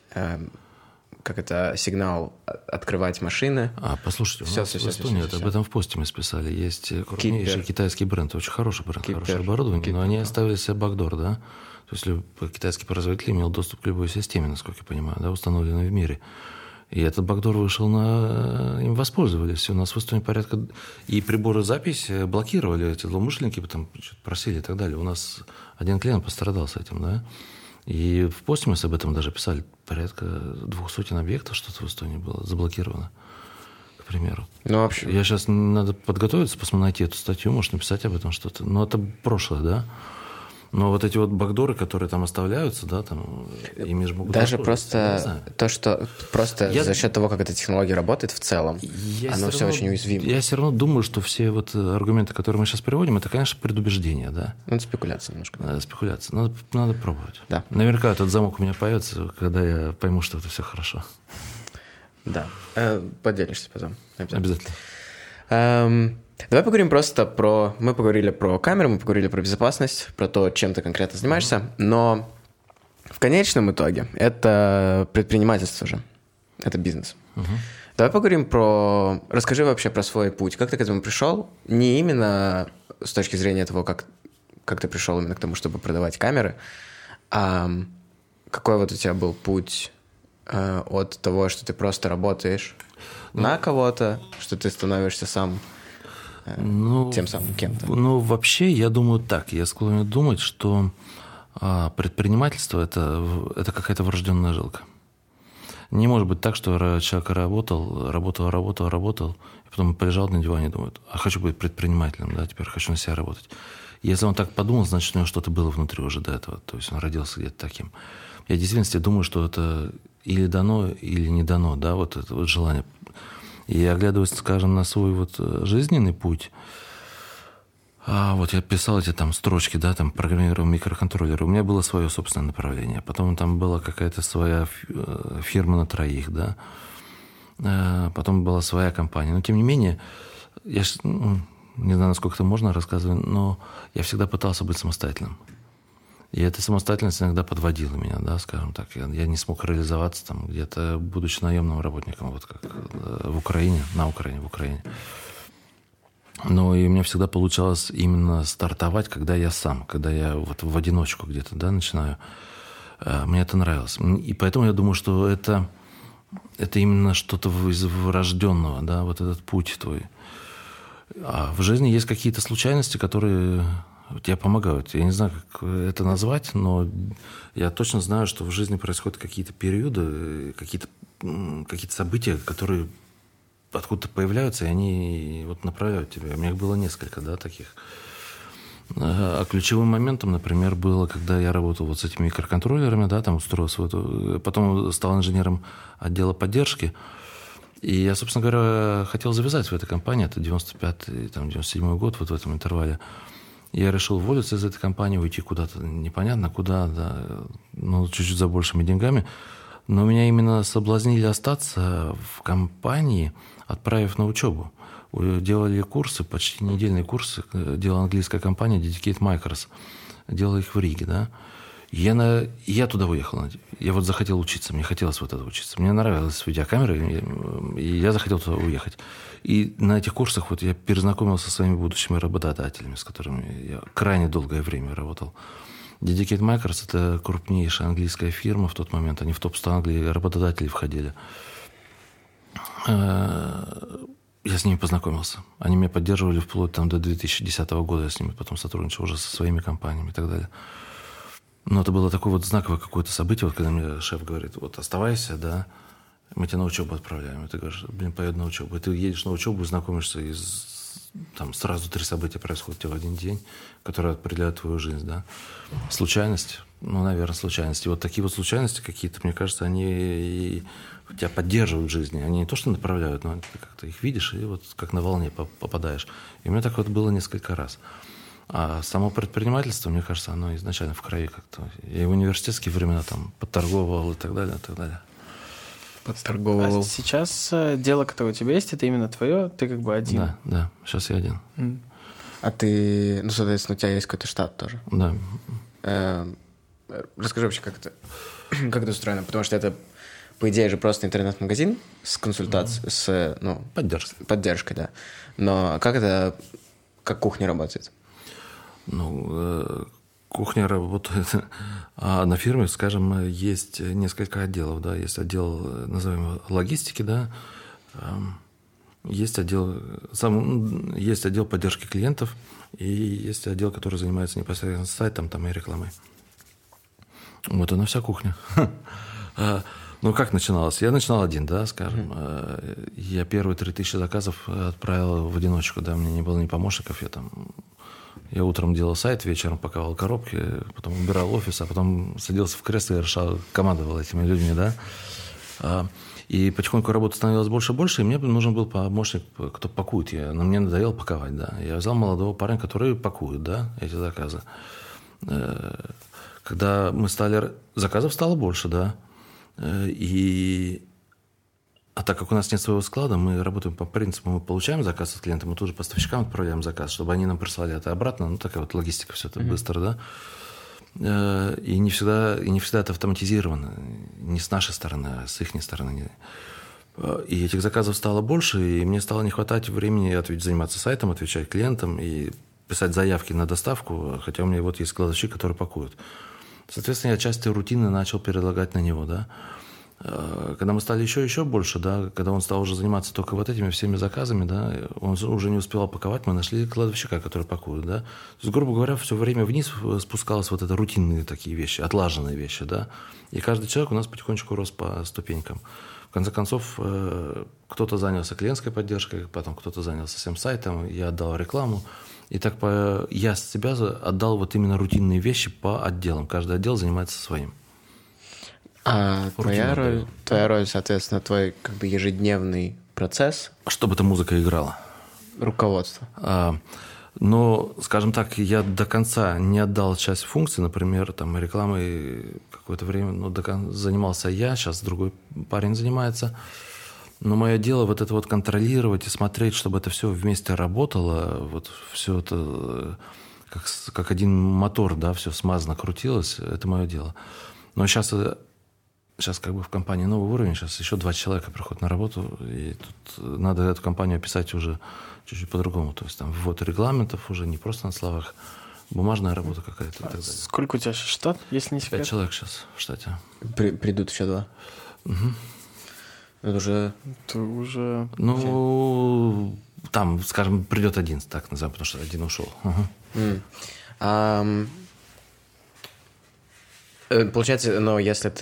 сигнал открывать машины. Послушайте, у нас в Эстонии об этом в посте мы списали. Есть крупнейший китайский бренд, очень хороший бренд, хорошее оборудование, но они оставили себе бэкдор, да? То есть китайский производитель имел доступ к любой системе, насколько я понимаю, да, установленной в мире. И этот бэкдор вышел им воспользовались. У нас в Эстонии порядка... И приборы записи блокировали эти злоумышленники, потом что-то просили и так далее. У нас один клиент пострадал с этим, да. И в посте мы об этом даже писали. Порядка 200 объектов что-то в Эстонии было заблокировано, к примеру. Вообще... Я сейчас надо подготовиться, посмотреть, найти эту статью, может, написать об этом что-то. Но это прошлое, да. Но вот эти вот бэкдоры, которые там оставляются, да, там, ими же могут... Даже просто то, что просто за счет того, как эта технология работает в целом, оно все очень уязвимо. Я все равно думаю, что все вот аргументы, которые мы сейчас приводим, это, конечно, предубеждение, да. Это спекуляция немножко. Да, спекуляция. Надо пробовать. Да. Наверняка этот замок у меня появится, когда я пойму, что это все хорошо. Да. Поделишься потом. Обязательно. Давай поговорим просто про... Мы поговорили про камеру, мы поговорили про безопасность, про то, чем ты конкретно занимаешься, но В конечном итоге это предпринимательство же, это бизнес. Давай поговорим Расскажи вообще про свой путь. Как ты к этому пришел? Не именно с точки зрения того, как ты пришел именно к тому, чтобы продавать камеры, а какой вот у тебя был путь от того, что ты просто работаешь на кого-то, что ты становишься сам тем самым кем-то? Вообще, я думаю так. Я склонен думать, что предпринимательство – это какая-то врожденная жилка. Не может быть так, что человек работал, и потом полежал на диване и думает, хочу быть предпринимателем, да, теперь хочу на себя работать. Если он так подумал, значит, у него что-то было внутри уже до этого. То есть он родился где-то таким. Я в действительности думаю, что это или дано, или не дано, да, вот это вот желание. И оглядываясь, скажем, на свой вот жизненный путь, вот я писал эти там строчки, да, там программировал микроконтроллеры. У меня было свое собственное направление. Потом там была какая-то своя фирма на троих, да. Потом была своя компания. Но тем не менее, я не знаю, насколько это можно рассказывать, но я всегда пытался быть самостоятельным. И эта самостоятельность иногда подводила меня, да, скажем так. Я не смог реализоваться там где-то, будучи наемным работником, вот как в Украине. Но и у меня всегда получалось именно стартовать, когда я сам, когда я вот в одиночку где-то, да, начинаю. Мне это нравилось. И поэтому я думаю, что это именно что-то из врожденного, да, вот этот путь твой. А в жизни есть какие-то случайности, которые тебе помогают. Я не знаю, как это назвать, но я точно знаю, что в жизни происходят какие-то периоды, какие-то события, которые откуда-то появляются, и они вот направляют тебя. У меня их было несколько, да, таких. А ключевым моментом, например, было, когда я работал вот с этими микроконтроллерами, да, там устроился в эту... Потом стал инженером отдела поддержки. И я, собственно говоря, хотел завязать в этой компании. Это 95-й, там, 97-й год, вот в этом интервале. Я решил уволиться из этой компании, уйти куда-то непонятно куда, да, ну, чуть-чуть за большими деньгами. Но меня именно соблазнили остаться в компании, отправив на учебу. Делали курсы, почти недельные курсы, делала английская компания Dedicate Micros. Делала их в Риге, да. Я туда уехал. Я вот захотел учиться, мне хотелось вот это учиться. Мне нравилась видеокамера, и я захотел туда уехать. И на этих курсах вот я перезнакомился со своими будущими работодателями, с которыми я крайне долгое время работал. Dedicate Micros – это крупнейшая английская фирма в тот момент. Они в топ-100 Англии работодателей входили. Я с ними познакомился. Они меня поддерживали вплоть там, до 2010 года. Я с ними потом сотрудничал уже со своими компаниями и так далее. Но это было такое вот знаковое какое-то событие, вот когда мне шеф говорит, вот оставайся, да, мы тебя на учебу отправляем. И ты говоришь, поеду на учебу. И ты едешь на учебу, знакомишься, и там сразу 3 события происходят у тебя в один день, которые определяют твою жизнь, да. Случайность, наверное, случайности. Вот такие вот случайности какие-то, мне кажется, они тебя поддерживают в жизни. Они не то, что направляют, но ты как-то их видишь, и вот как на волне попадаешь. И у меня так вот было несколько раз. А само предпринимательство, мне кажется, оно изначально в крови как-то. Я в университетские времена там подторговывал и так далее, и так далее. Подторговывал. А сейчас дело, которое у тебя есть, это именно твое? Ты как бы один? Да, сейчас я один. А ты, соответственно, у тебя есть какой-то штат тоже? Да. Расскажи вообще, как это устроено, потому что это, по идее же, просто интернет-магазин с консультацией, с поддержкой, да. Но как кухня работает? Кухня работает, а на фирме, скажем, есть несколько отделов, да, есть отдел, назовем его, логистики, да, есть отдел поддержки клиентов, и есть отдел, который занимается непосредственно сайтом там, и рекламой. Вот она вся кухня. Как начиналось? Я начинал один, да, скажем. Я первые 3000 заказов отправил в одиночку, да, у меня не было ни помощников, я утром делал сайт, вечером паковал коробки, потом убирал офис, а потом садился в кресло и командовал этими людьми, да. И потихоньку работы становилось больше и больше, и мне нужен был помощник, кто пакует. Но мне надоело паковать, да. Я взял молодого парня, который пакует, да, эти заказы. Когда мы заказов стало больше, да. А так как у нас нет своего склада, мы работаем по принципу, мы получаем заказ от клиента, мы тут же поставщикам отправляем заказ, чтобы они нам прислали это обратно. Такая вот логистика, все это быстро, да. И не всегда это автоматизировано. Не с нашей стороны, а с их стороны. И этих заказов стало больше, и мне стало не хватать времени заниматься сайтом, отвечать клиентам и писать заявки на доставку, хотя у меня вот есть кладовщик, который пакует. Соответственно, я часть рутины начал перелагать на него, да. Когда мы стали еще больше, да, когда он стал уже заниматься только вот этими всеми заказами, да, он уже не успевал паковать, мы нашли кладовщика, который пакует, да. То есть, грубо говоря, все время вниз спускалось вот это рутинные такие вещи, отлаженные вещи, да. И каждый человек у нас потихонечку рос по ступенькам. В конце концов, кто-то занялся клиентской поддержкой, потом кто-то занялся всем сайтом, я отдал рекламу. И так я с себя отдал вот именно рутинные вещи по отделам. Каждый отдел занимается своим. А твоя роль, соответственно, твой как бы ежедневный процесс? Чтобы эта музыка играла. Руководство. Но, скажем так, я до конца не отдал часть функций, например, там рекламой какое-то время занимался я, сейчас другой парень занимается. Но мое дело вот это вот контролировать и смотреть, чтобы это все вместе работало, вот все это как один мотор, да, все смазано крутилось, это мое дело. Но сейчас как бы в компании новый уровень, сейчас еще 2 человека приходят на работу, и тут надо эту компанию описать уже чуть-чуть по-другому. То есть там ввод регламентов уже не просто на словах, бумажная работа какая-то и так далее. Сколько у тебя сейчас штат, если не секрет? 5 человек сейчас в штате. Придут еще 2? Угу. Это уже... Ну, там, скажем, придет 1, так назовем, потому что 1 ушел. Угу. Получается, но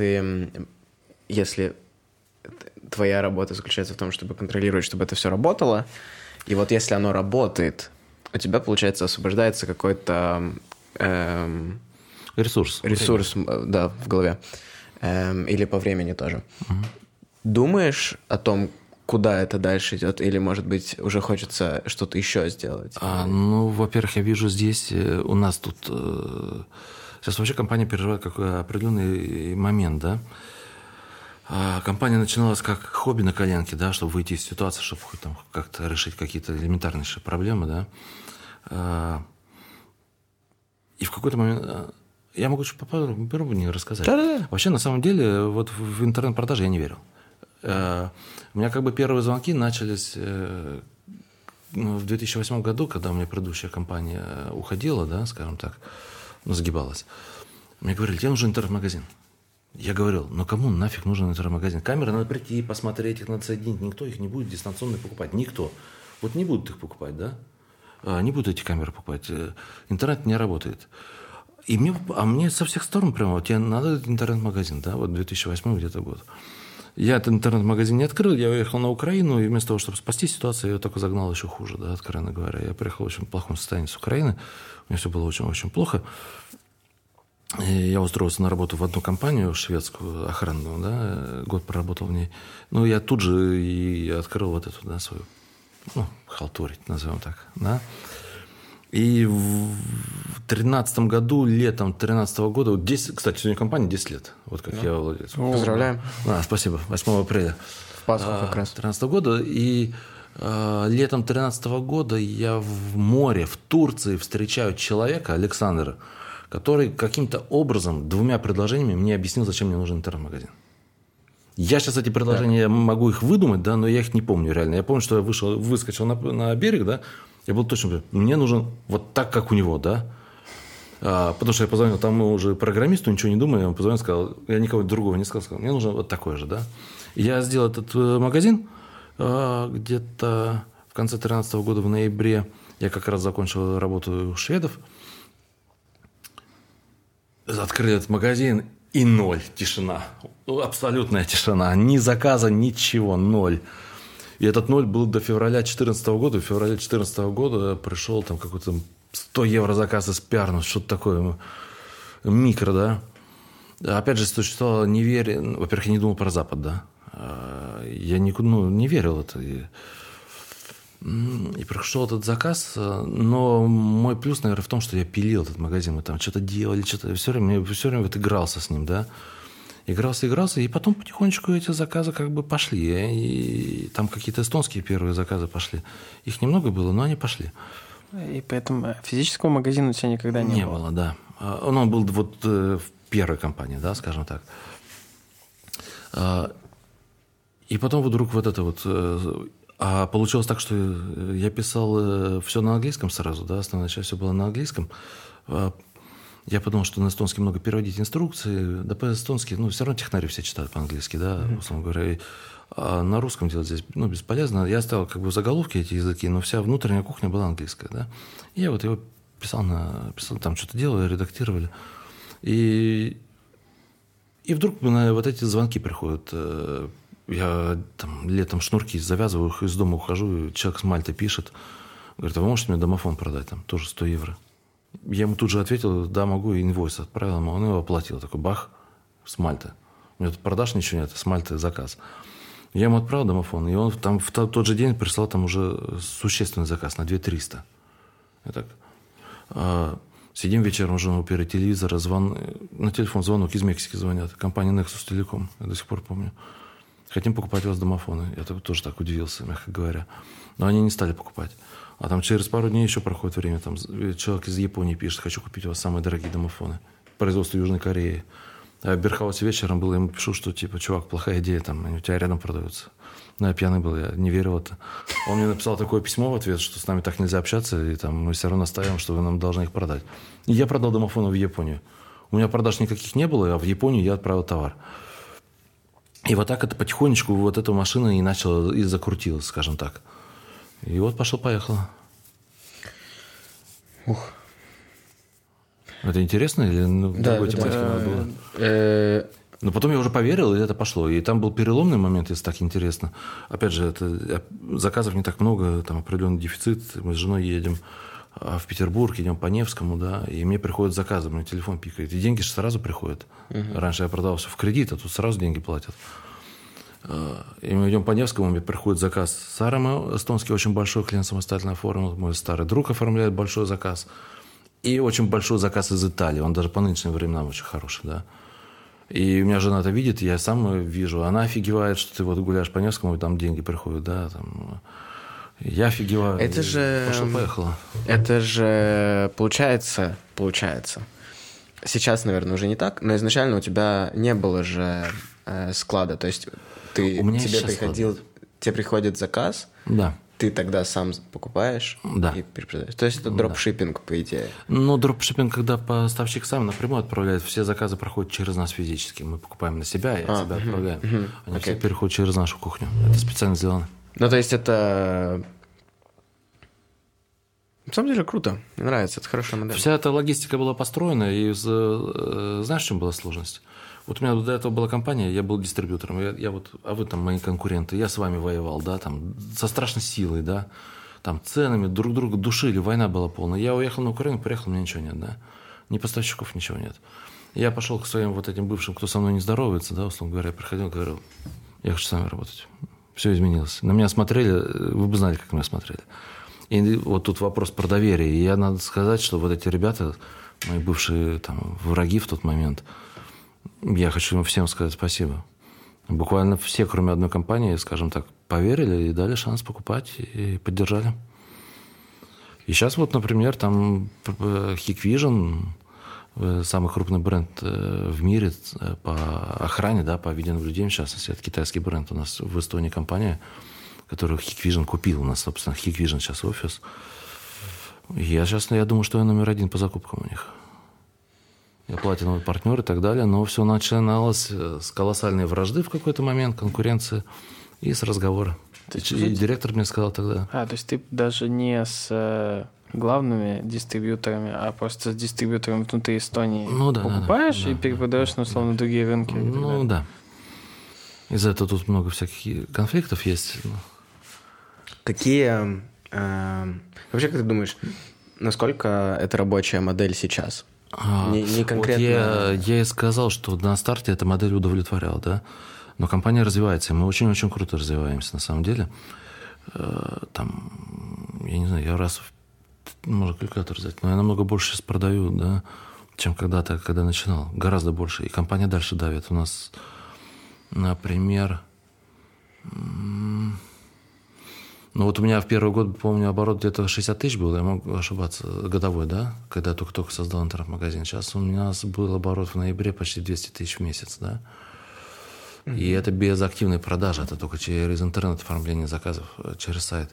если твоя работа заключается в том, чтобы контролировать, чтобы это все работало, и вот если оно работает, у тебя, получается, освобождается какой-то ресурс, да, в голове. Или по времени тоже. Угу. Думаешь о том, куда это дальше идет, или, может быть, уже хочется что-то еще сделать? Ну, во-первых, я вижу здесь, у нас тут... Сейчас вообще компания переживает какой определенный момент, да. Компания начиналась как хобби на коленке, да, чтобы выйти из ситуации, чтобы хоть там как-то решить какие-то элементарнейшие проблемы, да. И в какой-то момент... Я могу чуть поподробнее рассказать. Да. Вообще, на самом деле, вот в интернет-продажи я не верил. У меня как бы первые звонки начались в 2008 году, когда у меня предыдущая компания уходила, да, скажем так, загибалась. Мне говорили, тебе нужен интернет-магазин. Я говорил, ну кому нафиг нужен интернет-магазин? Камеры надо прийти, посмотреть, их надо соединить. Никто их не будет дистанционно покупать. Никто. Вот не будут их покупать, да? Не будут эти камеры покупать. Интернет не работает. И мне со всех сторон прямо, вот тебе надо интернет-магазин, да, вот 2008 где-то год. Я этот интернет-магазин не открыл, я уехал на Украину, и вместо того, чтобы спасти ситуацию, я ее только загнал еще хуже, да, откровенно говоря. Я приехал в очень плохом состоянии с Украины, у меня все было очень-очень плохо. И я устроился на работу в одну компанию шведскую, охранную, да, год проработал в ней. Ну, я тут же и открыл вот эту, да, свою, халтурить, назовем так, да. И в 2013 году, летом 2013 года, вот 10, кстати, сегодня компания 10 лет, вот как я владелец. Поздравляем. Спасибо, 8 апреля. В Пасху как раз. 2013 года. И летом 2013 года я в море, в Турции встречаю человека, Александра, который каким-то образом 2 предложениями мне объяснил, зачем мне нужен интернет-магазин. Я сейчас эти предложения могу их выдумать, да, но я их не помню реально. Я помню, что я выскочил на берег, да, я был точно, мне нужен вот так, как у него, да. Потому что я позвонил тому уже программисту, ничего не думая, он позвонил, сказал, я никого другого не сказал, мне нужен вот такой же, да. И я сделал этот магазин где-то в конце 2013 года, в ноябре. Я как раз закончил работу у шведов. Открыли этот магазин, и 0, тишина. Абсолютная тишина. Ни заказа, ничего, 0. И этот 0 был до февраля 2014 года. В феврале 2014 года пришел там какой-то 100 евро заказ из Пиарну, что-то такое, микро, да. Опять же, существовало неверие. Во-первых, я не думал про Запад, да. Я не верил в это. И пришел этот заказ, но мой плюс, наверное, в том, что я пилил этот магазин, мы там что-то делали, что-то все время вот игрался с ним, да. Игрался, и потом потихонечку эти заказы как бы пошли. И там какие-то эстонские первые заказы пошли. Их немного было, но они пошли. И поэтому физического магазина у тебя никогда не было? Не было, да. Он был вот в первой компании, да, скажем так. И потом вдруг вот это вот... А получилось так, что я писал все на английском сразу, да, основная часть все было на английском. Я подумал, что на эстонский много переводить инструкции, да по-эстонски, все равно технари все читают по-английски, да, условно говоря. А на русском делать здесь, бесполезно. Я оставил как бы в заголовке эти языки, но вся внутренняя кухня была английская, да. И я вот его писал, там что-то делали, редактировали. И вдруг вот эти звонки приходят. Я там летом шнурки завязываю, из дома ухожу, человек с Мальты пишет, говорит, а вы можете мне домофон продать, там тоже 100 евро. Я ему тут же ответил, да, могу, инвойс отправил ему, он его оплатил, такой бах, с Мальты. У меня тут продаж ничего нет, с Мальты заказ. Я ему отправил домофон, и он там в тот же день прислал там уже существенный заказ на 2300. Я так... Сидим вечером уже у телевизора, на телефон звонок из Мексики звонят, компания Nexus Telecom, я до сих пор помню. Хотим покупать у вас домофоны. Я тоже так удивился, мягко говоря. Но они не стали покупать. А там через пару дней еще проходит время. Там человек из Японии пишет, хочу купить у вас самые дорогие домофоны. Производство Южной Кореи. А в Бирхаусе вечером было, я ему пишу, что типа, чувак, плохая идея, там, они у тебя рядом продаются. Ну, я пьяный был, я не верил в это. Он мне написал такое письмо в ответ, что с нами так нельзя общаться, и там мы все равно настаиваем, что вы нам должны их продать. И я продал домофоны в Японию. У меня продаж никаких не было, а в Японию я отправил товар. И вот так это потихонечку вот эта машина и начала, и закрутилась, скажем так. И вот пошло-поехало. Ух. Это интересно или другой тематики было? Но потом я уже поверил, и это пошло. И там был переломный момент, если так интересно. Опять же, заказов не так много, там определенный дефицит. Мы с женой едем в Петербург, идем по Невскому, да, и мне приходят заказы, мне телефон пикает. И деньги же сразу приходят. Раньше я продавал все в кредит, а тут сразу деньги платят. И мы идем по Невскому, мне приходит заказ с Саром, эстонский очень большой клиент самостоятельно оформил. Мой старый друг оформляет большой заказ. И очень большой заказ из Италии. Он даже по нынешним временам очень хороший, да. И у меня жена это видит, я сам вижу. Она офигевает, что ты вот гуляешь по Невскому, и там деньги приходят, да, там... Я офигеваю. Это же... Пошло-поехало. Это же получается. Сейчас, наверное, уже не так, но изначально у тебя не было же склада. То есть тебе приходит заказ, да. Ты тогда сам покупаешь и перепродаешь. То есть это дропшиппинг, по идее. Ну, дропшиппинг, когда поставщик сам напрямую отправляет, все заказы проходят через нас физически. Мы покупаем на себя и от себя отправляем. Они все переходят через нашу кухню. Это специально сделано. Ну, то есть это... На самом деле круто. Мне нравится. Это хорошая модель. Вся эта логистика была построена. И знаешь, в чем была сложность? Вот у меня до этого была компания, я был дистрибьютором. А вы там мои конкуренты. Я с вами воевал, да, там, со страшной силой, да. Там ценами друг друга душили, война была полная. Я уехал на Украину, приехал, у меня ничего нет, да. Ни поставщиков, ничего нет. Я пошел к своим вот этим бывшим, кто со мной не здоровается, да, условно говоря, я приходил, говорил, я хочу с вами работать. Все изменилось. На меня смотрели, вы бы знали, как на меня смотрели. И вот тут вопрос про доверие. И я, надо сказать, что вот эти ребята, мои бывшие там враги в тот момент, я хочу им всем сказать спасибо. Буквально все, кроме одной компании, скажем так, поверили и дали шанс покупать, и поддержали. И сейчас вот, например, там Hikvision, самый крупный бренд в мире по охране, да, по видеонаблюдению, в частности, это китайский бренд. У нас в Эстонии компания, которую Hikvision купил. У нас, собственно, Hikvision сейчас офис. Я думаю, что я номер один по закупкам у них. Я платиновый партнер и так далее. Но все начиналось с колоссальной вражды в какой-то момент, конкуренции и с разговора. И директор мне сказал тогда. То есть ты даже не с главными дистрибьюторами, а просто с дистрибьюторами внутри Эстонии покупаешь и перепродаешь на условно другие рынки? Ну да. Из-за этого тут много всяких конфликтов есть. Какие... Вообще, как ты думаешь, насколько это рабочая модель сейчас? Не конкретно... Вот я и сказал, что на старте эта модель удовлетворяла, да. Но компания развивается, и мы очень-очень круто развиваемся, на самом деле. Там, я не знаю, я можно калькулятор взять, но я намного больше сейчас продаю, да, чем когда-то, когда начинал. Гораздо больше. И компания дальше давит. У нас, например, Ну вот у меня в первый год, помню, оборот где-то 60 тысяч был, я могу ошибаться, годовой, да, когда я только создал интернет-магазин. Сейчас у нас был оборот в ноябре почти 200 тысяч в месяц, да. И это без активной продажи, это только через интернет оформление заказов, через сайт.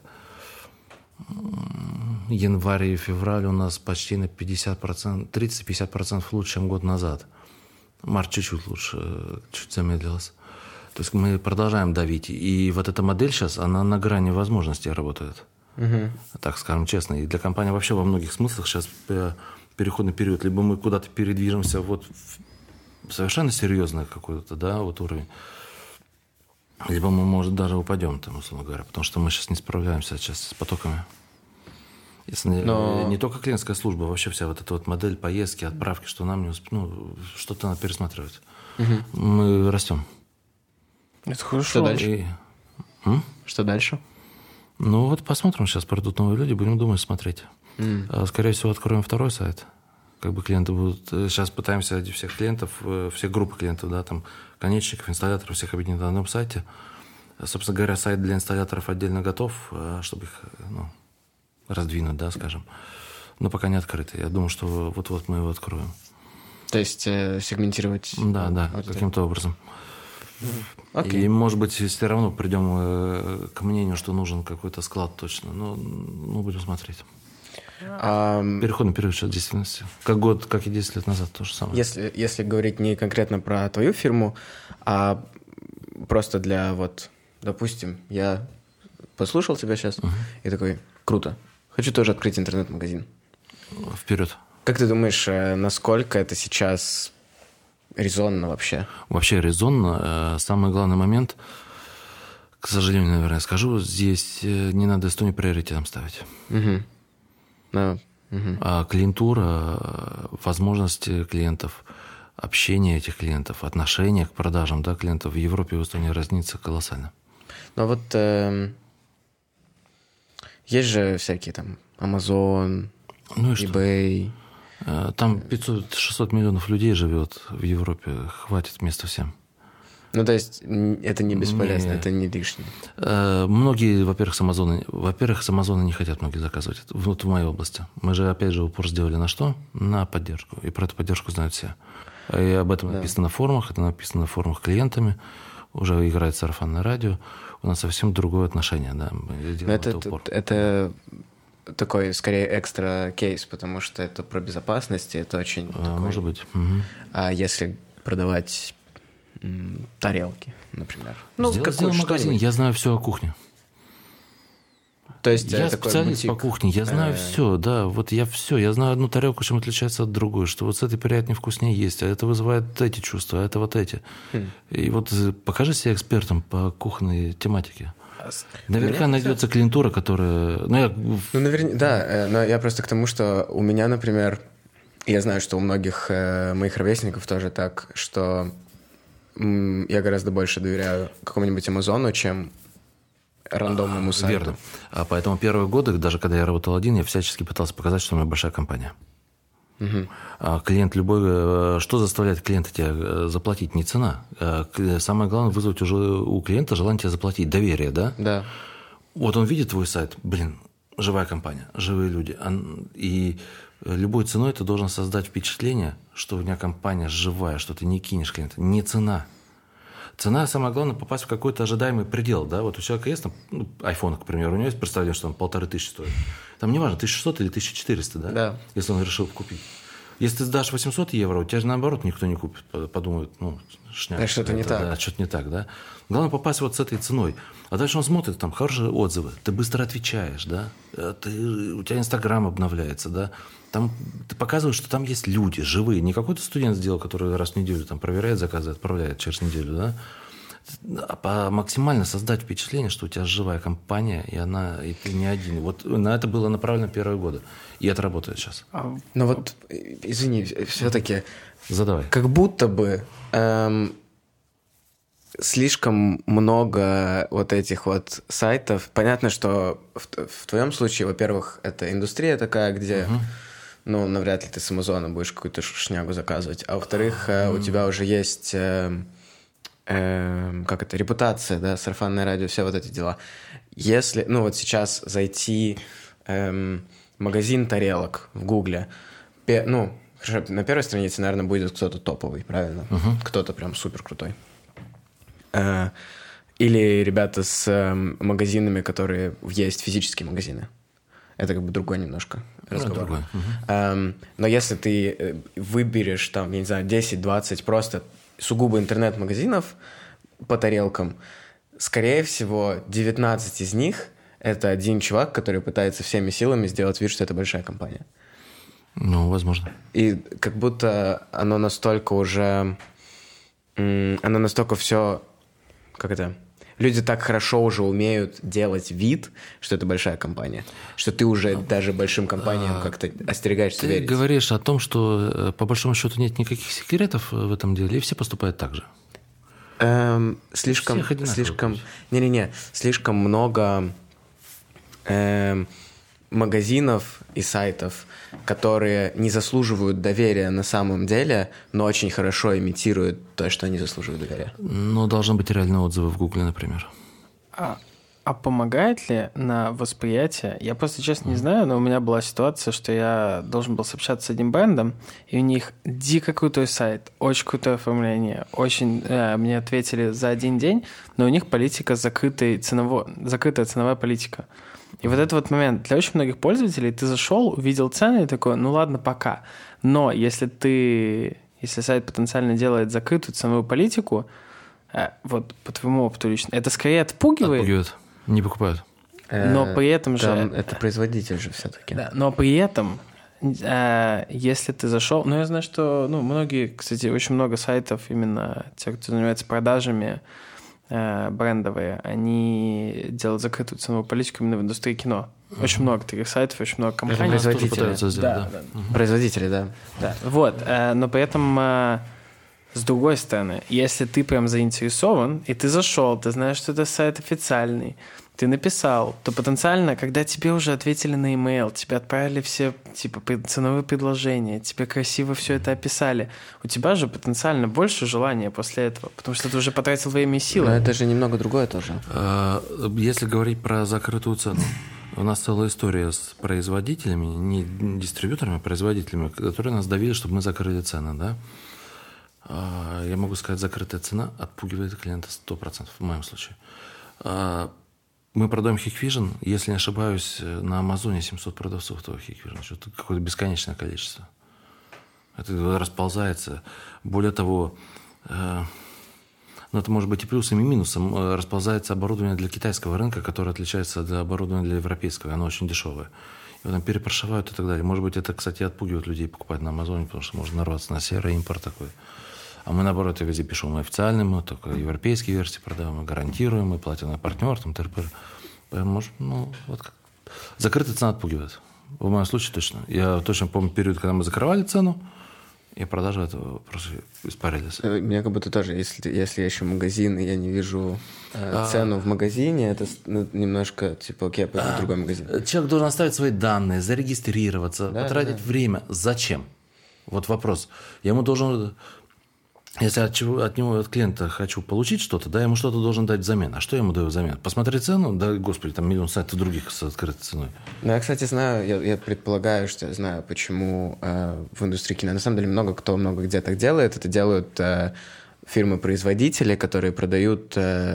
Январь и февраль у нас почти на 50%, 30-50% лучше, чем год назад. Март чуть-чуть лучше, чуть замедлилось. То есть мы продолжаем давить. И вот эта модель сейчас, она на грани возможностей работает. Так скажем честно. И для компании вообще во многих смыслах сейчас переходный период. Либо мы куда-то передвижемся вот в совершенно серьезный какой-то, да, вот уровень. Либо мы, может, даже упадем, там, условно говоря. Потому что мы сейчас не справляемся сейчас с потоками. Если не только клиентская служба, вообще вся вот эта вот модель поездки, отправки, что нам не что-то надо пересматривать. Мы растем. Это хорошо. Что дальше? Что дальше? Ну вот посмотрим, сейчас придут новые люди, будем думать, смотреть. Скорее всего, откроем второй сайт. Как бы клиенты будут... Сейчас пытаемся всех клиентов, всех групп клиентов, да, там, конечников, инсталляторов, всех объединить на одном сайте. Собственно говоря, сайт для инсталляторов отдельно готов, чтобы их, раздвинуть, да, скажем. Но пока не открытый. Я думаю, что вот-вот мы его откроем. То есть сегментировать... Да, каким-то образом. И, может быть, все равно придем к мнению, что нужен какой-то склад точно. Но будем смотреть. Переходный период сейчас действительности. Как и 10 лет назад, то же самое. Если говорить не конкретно про твою фирму, а просто для допустим, я послушал тебя сейчас и такой, круто, хочу тоже открыть интернет-магазин. Вперед. Как ты думаешь, насколько это сейчас резонно вообще? Вообще резонно. Самый главный момент, к сожалению, наверное, скажу, здесь не надо Эстонию приоритетом ставить. А клиентура, возможности клиентов, общение этих клиентов, отношение к продажам, да, клиентов в Европе и в Эстонии разнится колоссально. Но вот есть же всякие там Amazon, eBay. Там 500-600 миллионов людей живет в Европе, хватит места всем. Ну, то есть это не бесполезно, это не лишнее. Многие, во-первых, с Амазона не хотят многие заказывать. Вот в моей области. Мы же, опять же, упор сделали на что? На поддержку. И про эту поддержку знают все. И об этом написано на форумах, это написано на форумах клиентами. Уже играет сарафанное радио. У нас совсем другое отношение. Да? Это такой, скорее, экстра кейс, потому что это про безопасность, и это очень такой... Может быть. А если продавать тарелки, например? Сделал магазин, я знаю все о кухне. То есть я специалист по кухне, я знаю все, да, вот я знаю одну тарелку, чем отличается от другой, что вот с этой приятнее, вкуснее есть, а это вызывает эти чувства, а это вот эти. И вот покажи себя экспертом по кухонной тематике. Наверняка найдется клиентура, которая... наверняка, да, но я просто к тому, что у меня, например, я знаю, что у многих моих ровесников тоже так, что я гораздо больше доверяю какому-нибудь Амазону, чем рандомному сайту. Верно. Поэтому первые годы, даже когда я работал один, я всячески пытался показать, что у меня большая компания. Клиент любой... Что заставляет клиента тебя заплатить? Не цена. Самое главное — вызвать уже у клиента желание тебя заплатить. Доверие, да? Да. Вот он видит твой сайт. Живая компания, живые люди. И любой ценой ты должен создать впечатление, что у меня компания живая, что ты не кинешь клиента. Не цена. Цена, самое главное, попасть в какой-то ожидаемый предел. Да? Вот у человека есть там, iPhone, к примеру, у него есть представление, что там 1500 стоит. Там неважно, 1600 или 1400, да? Да. Если он решил купить. Если ты сдашь 800 евро, у тебя же наоборот никто не купит. Подумают, шняк. Что-то не так. Да, что-то не так, да? Главное попасть вот с этой ценой. А дальше он смотрит, там хорошие отзывы. Ты быстро отвечаешь, да? У тебя Инстаграм обновляется, да? Там ты показываешь, что там есть люди живые. Не какой-то студент сделал, который раз в неделю там проверяет заказы, отправляет через неделю, да? А максимально создать впечатление, что у тебя живая компания, и ты не один. Вот на это было направлено первые годы. И это работает сейчас. Но вот, извини, все-таки... Задавай. Как будто бы слишком много вот этих вот сайтов. Понятно, что в твоем случае, во-первых, это индустрия такая, где... навряд ли ты с Амазона будешь какую-то шнягу заказывать. А во-вторых, у тебя уже есть... репутация, да, сарафанное радио, все вот эти дела. Если, вот сейчас зайти магазин тарелок в Гугле, на первой странице, наверное, будет кто-то топовый, правильно? Кто-то прям супер крутой. Или ребята с магазинами, которые есть физические магазины. Это как бы другой немножко разговор. Но если ты выберешь там, я не знаю, 10-20 просто сугубо интернет-магазинов по тарелкам, скорее всего, 19 из них — это один чувак, который пытается всеми силами сделать вид, что это большая компания. Возможно. И как будто оно настолько уже... Оно настолько все... Люди так хорошо уже умеют делать вид, что это большая компания, что ты уже даже большим компаниям как-то остерегаешься верить. Ты говоришь о том, что по большому счету нет никаких секретов в этом деле, и все поступают так же. Слишком много магазинов и сайтов, которые не заслуживают доверия на самом деле, но очень хорошо имитируют то, что они заслуживают доверия. Но должны быть реальные отзывы в Гугле, например. А помогает ли на восприятие? Я просто, честно, не знаю, но у меня была ситуация, что я должен был сообщаться с одним брендом, и у них дико крутой сайт, очень крутое оформление, мне ответили за один день, но у них политика закрытая ценовая политика. И вот этот вот момент для очень многих пользователей: ты зашел, увидел цены и такой, ладно, пока. Но если сайт потенциально делает закрытую ценовую политику, вот по твоему опыту лично, это скорее отпугивает. Отпугивает, не покупают. Но при этом же... Это производитель же все-таки. Да, но при этом, если ты зашел... я знаю, что многие, кстати, очень много сайтов, именно те, кто занимается продажами, брендовые, они делают закрытую ценовую политику именно в индустрии кино. Очень много таких сайтов, очень много компаний. Производители, да. Вот, но при этом... С другой стороны, если ты прям заинтересован, и ты зашел, ты знаешь, что это сайт официальный, ты написал, то потенциально, когда тебе уже ответили на имейл, тебе отправили все ценовые предложения, тебе красиво все это описали, у тебя же потенциально больше желания после этого, потому что ты уже потратил время и силы. Но это же немного другое тоже. Если говорить про закрытую цену, у нас целая история с производителями, не дистрибьюторами, а производителями, которые нас давили, чтобы мы закрыли цены, да? Я могу сказать, закрытая цена отпугивает клиента 100% в моем случае. Мы продаем Hikvision, если не ошибаюсь, на Амазоне 700 продавцов этого Hikvision. Что-то какое-то бесконечное количество. Это расползается. Более того, это может быть и плюсом, и минусом. Расползается оборудование для китайского рынка, которое отличается от оборудования для европейского. Оно очень дешевое. Его там перепрошивают и так далее. Может быть, это, кстати, отпугивает людей покупать на Амазоне, потому что можно нарваться на серый импорт такой. А мы, наоборот, везде пишем мы официальные, мы только европейские версии продаем, мы гарантируем, мы платим на партнер, там, т.п. Может, закрытая цена отпугивает. В моем случае точно. Я точно помню период, когда мы закрывали цену, и продажи этого просто испарились. Мне как будто тоже, если я ищу магазин, и я не вижу цену в магазине, это немножко окей, я пойду в другой магазин. Человек должен оставить свои данные, зарегистрироваться, потратить время. Зачем? Вот вопрос. Я ему должен... Если от клиента хочу получить что-то, да, ему что-то должен дать взамен. А что я ему даю взамен? Посмотреть цену? Да, господи, там миллион сайтов других с открытой ценой. Я, кстати, знаю, я предполагаю, что я знаю, почему в индустрии кино. На самом деле много где так делает. Это делают фирмы-производители, которые продают,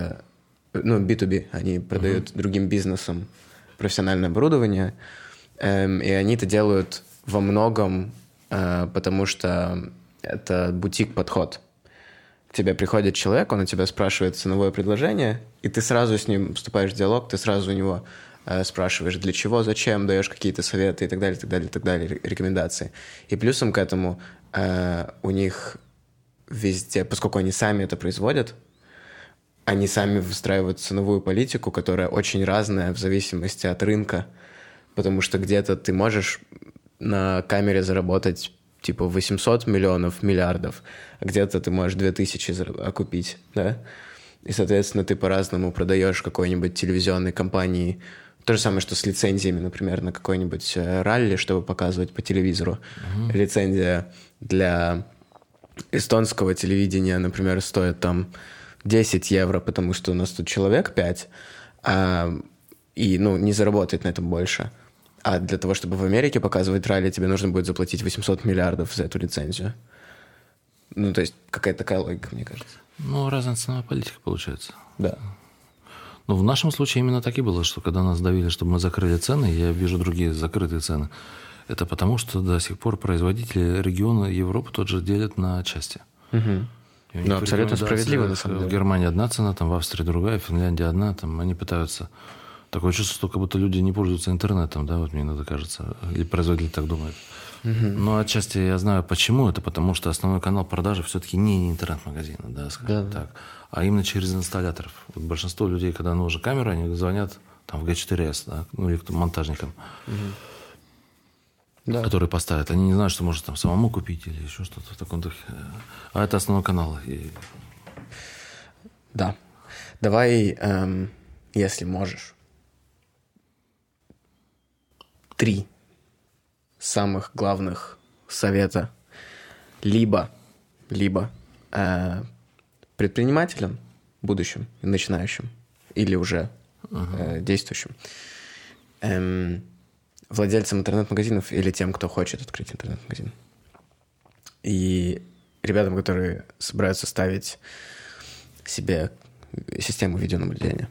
B2B, они продают другим бизнесам профессиональное оборудование, и они это делают во многом, потому что это бутик-подход. К тебе приходит человек, он у тебя спрашивает ценовое предложение, и ты сразу с ним вступаешь в диалог, ты сразу у него спрашиваешь, для чего, зачем, даешь какие-то советы и так далее, рекомендации. И плюсом к этому у них везде, поскольку они сами это производят, они сами выстраивают ценовую политику, которая очень разная в зависимости от рынка, потому что где-то ты можешь на камере заработать 800 миллионов, миллиардов, а где-то ты можешь 2000 окупить, да? И, соответственно, ты по-разному продаешь какой-нибудь телевизионной компании. То же самое, что с лицензиями, например, на какой-нибудь ралли, чтобы показывать по телевизору. Лицензия для эстонского телевидения, например, стоит там 10 евро, потому что у нас тут человек 5, и не заработает на этом больше. А для того, чтобы в Америке показывать ралли, тебе нужно будет заплатить 800 миллиардов за эту лицензию. То есть какая-то такая логика, мне кажется. Разная ценовая политика получается. Да. В нашем случае именно так и было, что когда нас давили, чтобы мы закрыли цены, я вижу другие закрытые цены. Это потому, что до сих пор производители региона Европы тот же делят на части. Угу. Абсолютно справедливо, на самом деле. В Германии одна цена, в Австрии другая, в Финляндии одна. Они пытаются... Такое чувство, что как будто люди не пользуются интернетом, да, мне иногда кажется. Или производитель так думает. Угу. Но отчасти я знаю, почему. Это потому, что основной канал продажи все-таки не интернет-магазина, да, скажем так, а именно через инсталляторов. Большинство людей, когда нужна камера, они звонят в G4S, да, или монтажникам, которые поставят. Они не знают, что можно самому купить или еще что-то в таком духе. А это основной канал. Да. Давай, если можешь, 3 самых главных совета либо предпринимателям будущим, начинающим или уже действующим, владельцам интернет-магазинов или тем, кто хочет открыть интернет-магазин, и ребятам, которые собираются ставить себе систему видеонаблюдения.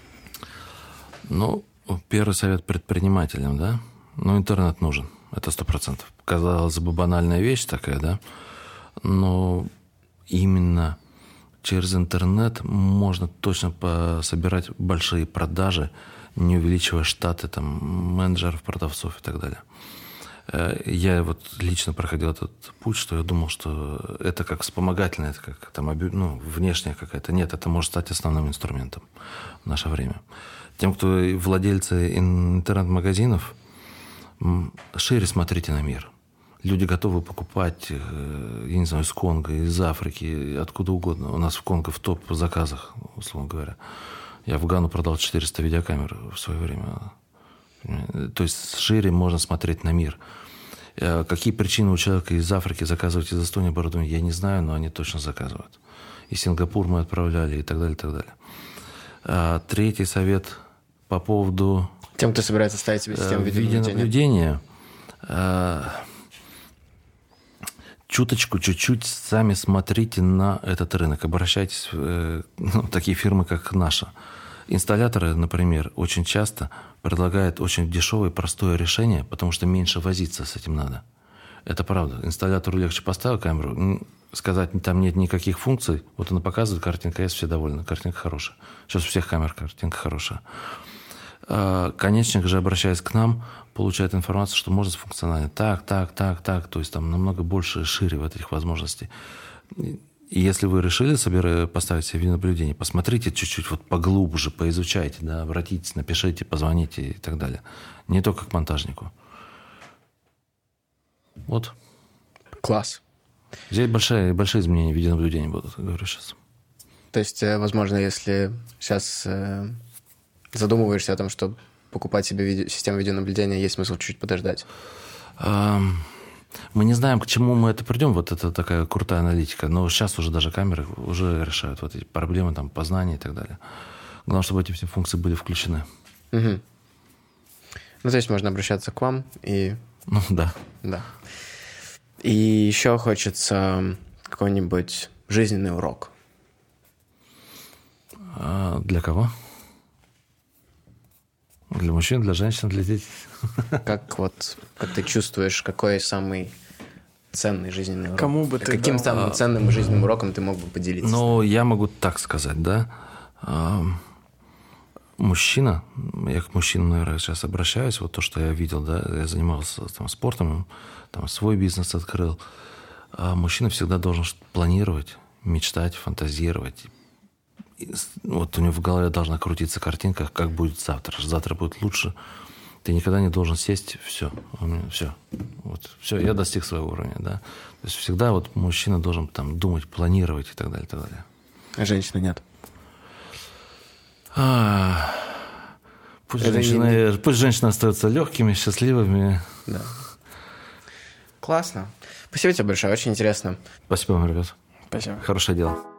Первый совет предпринимателям, да? Интернет нужен. Это 100%. Казалось бы, банальная вещь такая, да? Но именно через интернет можно точно собирать большие продажи, не увеличивая штаты менеджеров, продавцов и так далее. Я лично проходил этот путь, что я думал, что это как вспомогательное, это как внешняя какая-то. Нет, это может стать основным инструментом в наше время. Тем, кто владельцы интернет-магазинов, шире смотрите на мир. Люди готовы покупать, я не знаю, из Конго, из Африки, откуда угодно. У нас в Конго в топ по заказах, условно говоря. Я в Гану продал 400 видеокамер в свое время. То есть шире можно смотреть на мир. Какие причины у человека из Африки заказывать из Эстонии оборудование, я не знаю, но они точно заказывают. И Сингапур мы отправляли, и так далее, и так далее. Третий совет по поводу... Тем, кто собирается ставить себе систему видеонаблюдения. Чуть-чуть сами смотрите на этот рынок. Обращайтесь в такие фирмы, как наша. Инсталляторы, например, очень часто предлагают очень дешевое и простое решение, потому что меньше возиться с этим надо. Это правда. Инсталлятору легче поставить камеру, сказать, там нет никаких функций. Вот она показывает, картинка есть, все довольны, картинка хорошая. Сейчас у всех камер картинка хорошая. Конечник же, обращаясь к нам, получает информацию, что можно функционально так. То есть там намного больше, шире в этих возможностей. И если вы решили поставить себе видеонаблюдение, посмотрите чуть-чуть поглубже, поизучайте, да, обратитесь, напишите, позвоните и так далее. Не только к монтажнику. Вот. Класс. Здесь большие изменения видеонаблюдения будут, говорю сейчас. То есть, возможно, если сейчас задумываешься о том, что покупать себе систему видеонаблюдения, есть смысл чуть подождать? Мы не знаем, к чему мы это придем, это такая крутая аналитика, но сейчас уже даже камеры уже решают эти проблемы, познания и так далее. Главное, чтобы эти все функции были включены. Угу. То есть можно обращаться к вам и... Да. Да. И еще хочется какой-нибудь жизненный урок. Для кого? Для мужчин, для женщин, для детей. Как ты чувствуешь, какой самый ценный жизненный урок? Кому бы ты Каким самым ценным жизненным уроком ты мог бы поделиться? Я могу так сказать, да. Мужчина, я к мужчинам, наверное, сейчас обращаюсь, то, что я видел, да, я занимался спортом, свой бизнес открыл. Мужчина всегда должен планировать, мечтать, фантазировать. У него в голове должна крутиться картинка, как будет завтра. Завтра будет лучше. Ты никогда не должен сесть, все, я достиг своего уровня, да. То есть всегда мужчина должен думать, планировать и так далее, и так далее. А женщины нет? Пусть женщины остаются легкими, счастливыми. Да. Классно. Спасибо тебе большое, очень интересно. Спасибо вам, ребят. Спасибо. Хорошее дело.